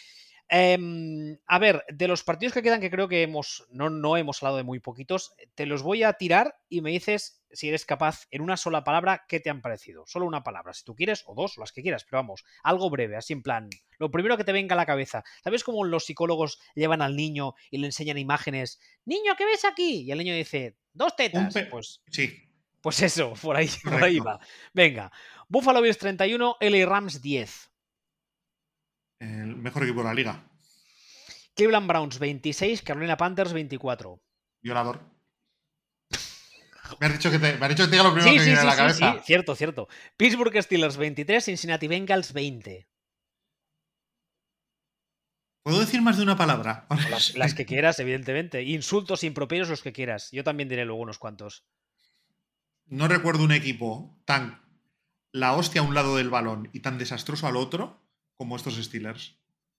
A ver, de los partidos que quedan, que creo que no hemos hablado de muy poquitos, te los voy a tirar y me dices si eres capaz, en una sola palabra, qué te han parecido. Solo una palabra, si tú quieres, o dos, las que quieras, pero vamos, algo breve, así en plan, lo primero que te venga a la cabeza. ¿Sabes cómo los psicólogos llevan al niño y le enseñan imágenes? Niño, ¿qué ves aquí? Y el niño dice, dos tetas. Sí, Pues eso, por ahí correcto. va. Venga, Buffalo Bills 31, LA Rams 10. El mejor equipo de la liga. Cleveland Browns 26, Carolina Panthers 24. Violador. Me has dicho que te diga lo primero Sí, que me sí, viene a sí, la sí, sí, cabeza. cierto. Pittsburgh Steelers 23, Cincinnati Bengals 20. ¿Puedo decir más de una palabra? O las que quieras, evidentemente. Insultos improperios los que quieras. Yo también diré luego unos cuantos. No recuerdo un equipo tan la hostia a un lado del balón y tan desastroso al otro como estos Steelers.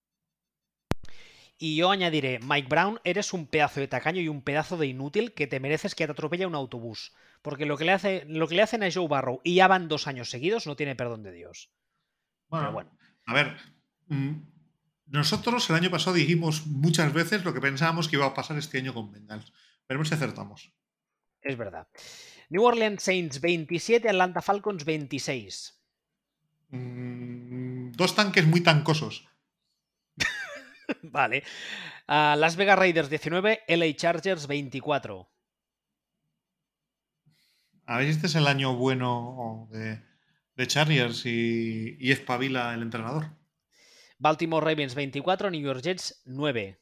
Y yo añadiré, Mike Brown, eres un pedazo de tacaño y un pedazo de inútil que te mereces que te atropella un autobús. Porque lo que le hacen a Joe Barrow y ya van 2 años seguidos no tiene perdón de Dios. Pero Bueno, bueno, a ver. Nosotros el año pasado dijimos muchas veces lo que pensábamos que iba a pasar este año con Bengals. Veremos si acertamos. es verdad. New Orleans Saints 27, Atlanta Falcons 26. Dos tanques muy tancosos. Vale. Las Vegas Raiders 19, LA Chargers 24. A ver si este es el año bueno de Chargers y espabila el entrenador. Baltimore Ravens 24, New York Jets 9.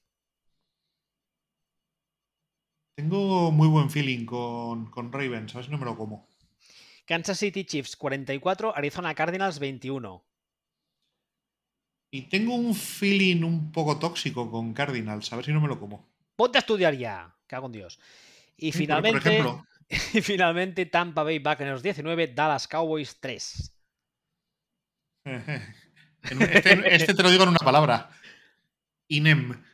Tengo muy buen feeling con Ravens, a ver si no me lo como. Kansas City Chiefs 44, Arizona Cardinals 21. Y tengo un feeling un poco tóxico con Cardinals, a ver si no me lo como. Ponte a estudiar ya, cago en Dios. Y Por finalmente, ejemplo, Tampa Bay Buccaneers 19, Dallas Cowboys 3. este te lo digo en una palabra. INEM.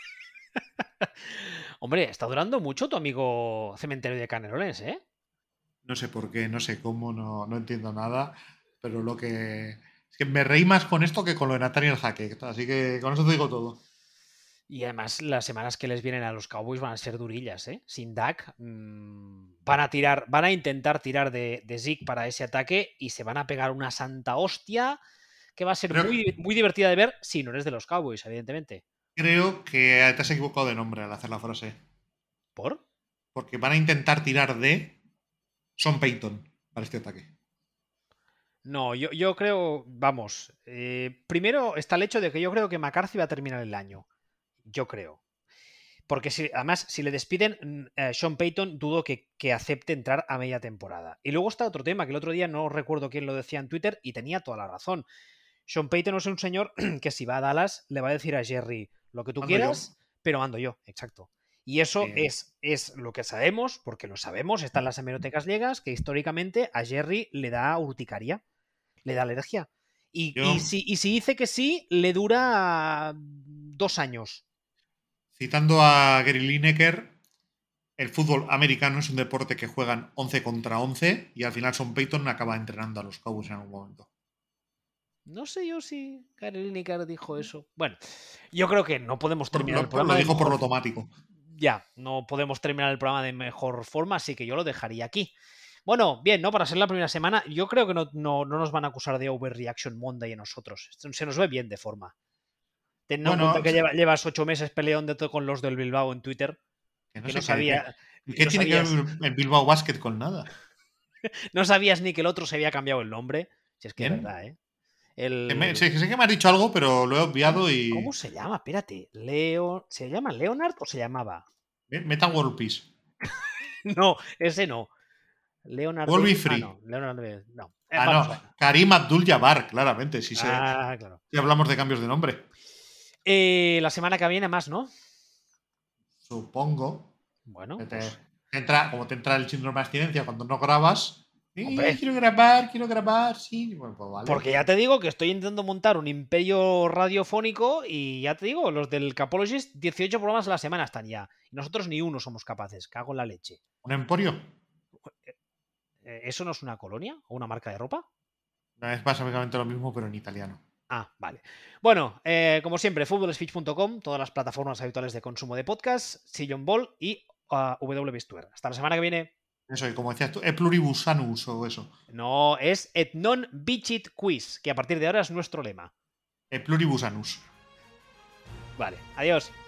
Hombre, está durando mucho tu amigo Cementerio de Canelones, ¿eh? No sé por qué, no sé cómo, no entiendo nada. Pero lo que. Es que me reí más con esto que con lo de Nathaniel Hackett. Así que con eso te digo todo. Y además las semanas que les vienen a los Cowboys van a ser durillas, ¿eh? Sin Dak van a intentar tirar de Zeke para ese ataque y se van a pegar una santa hostia que va a ser Creo, muy, muy divertida de ver si no eres de los Cowboys, evidentemente. creo que te has equivocado de nombre al hacer la frase. ¿Por? Porque van a intentar tirar de Sean Payton para este ataque. No, yo creo, vamos, primero está el hecho de que yo creo que McCarthy va a terminar el año. Yo creo. Porque además, si le despiden, Sean Payton dudo que acepte entrar a media temporada. Y luego está otro tema, que el otro día no recuerdo quién lo decía en Twitter y tenía toda la razón. Sean Payton es un señor que si va a Dallas le va a decir a Jerry lo que tú Ando yo. quieras, pero ando yo, exacto. Y eso Eh, es lo que sabemos, porque lo sabemos, está en las hemerotecas griegas, que históricamente a Jerry le da urticaria, le da alergia. yo, Y si dice que sí, le dura 2 años. citando a Gary Lineker, el fútbol americano es un deporte que juegan 11 contra 11 y al final Sean Payton acaba entrenando a los Cowboys en algún momento. No sé yo si Gary Lineker dijo eso. Bueno, yo creo que no podemos terminar el Lo programa de dijo por mejor. lo automático. Ya, no podemos terminar el programa de mejor forma, así que yo lo dejaría aquí. Bueno, bien, ¿no? Para ser la primera semana, yo creo que no nos van a acusar de Overreaction Monday a nosotros. Se nos ve bien de forma. Teniendo en cuenta Bueno, que llevas 8 meses peleando con los del Bilbao en Twitter, que no que no sé qué. sabía, ¿Qué no tiene que ver sabías, el Bilbao Basket con nada? no sabías ni que el otro se había cambiado el nombre. Si es que es ¿Quién? verdad, ¿eh? El, Sé que me has dicho algo, pero lo he obviado ¿Cómo y. se llama? Espérate, ¿se llama Leonard o se llamaba? Meta World Peace. No, ese no. Leonard World Be Davis. Ah, Free. no. Leonard Davis. No. Ah, no. Vamos a ver. Karim Abdul-Jabbar, claramente, Ah, claro. si hablamos de cambios de nombre. La semana que viene más, ¿no? Supongo. Bueno, Que pues. como te entra el síndrome de abstinencia cuando no grabas. Hombre, Quiero grabar, sí. Bueno, pues vale. porque ya te digo que estoy intentando montar un imperio radiofónico y ya te digo, los del Capologist, 18 programas a la semana están ya. Y nosotros ni uno somos capaces. Cago en la leche. ¿Un emporio? ¿Eso no es una colonia o una marca de ropa? No, es básicamente lo mismo, pero en italiano. Ah, vale. Bueno, como siempre, futbolspeech.com, todas las plataformas habituales de consumo de podcast, Sillon Ball y WBStuer. Hasta la semana que viene. Eso, y como decías tú, e pluribus sanus o eso. No, es et non bicit quiz, que a partir de ahora es nuestro lema. E pluribus anus. Vale, adiós.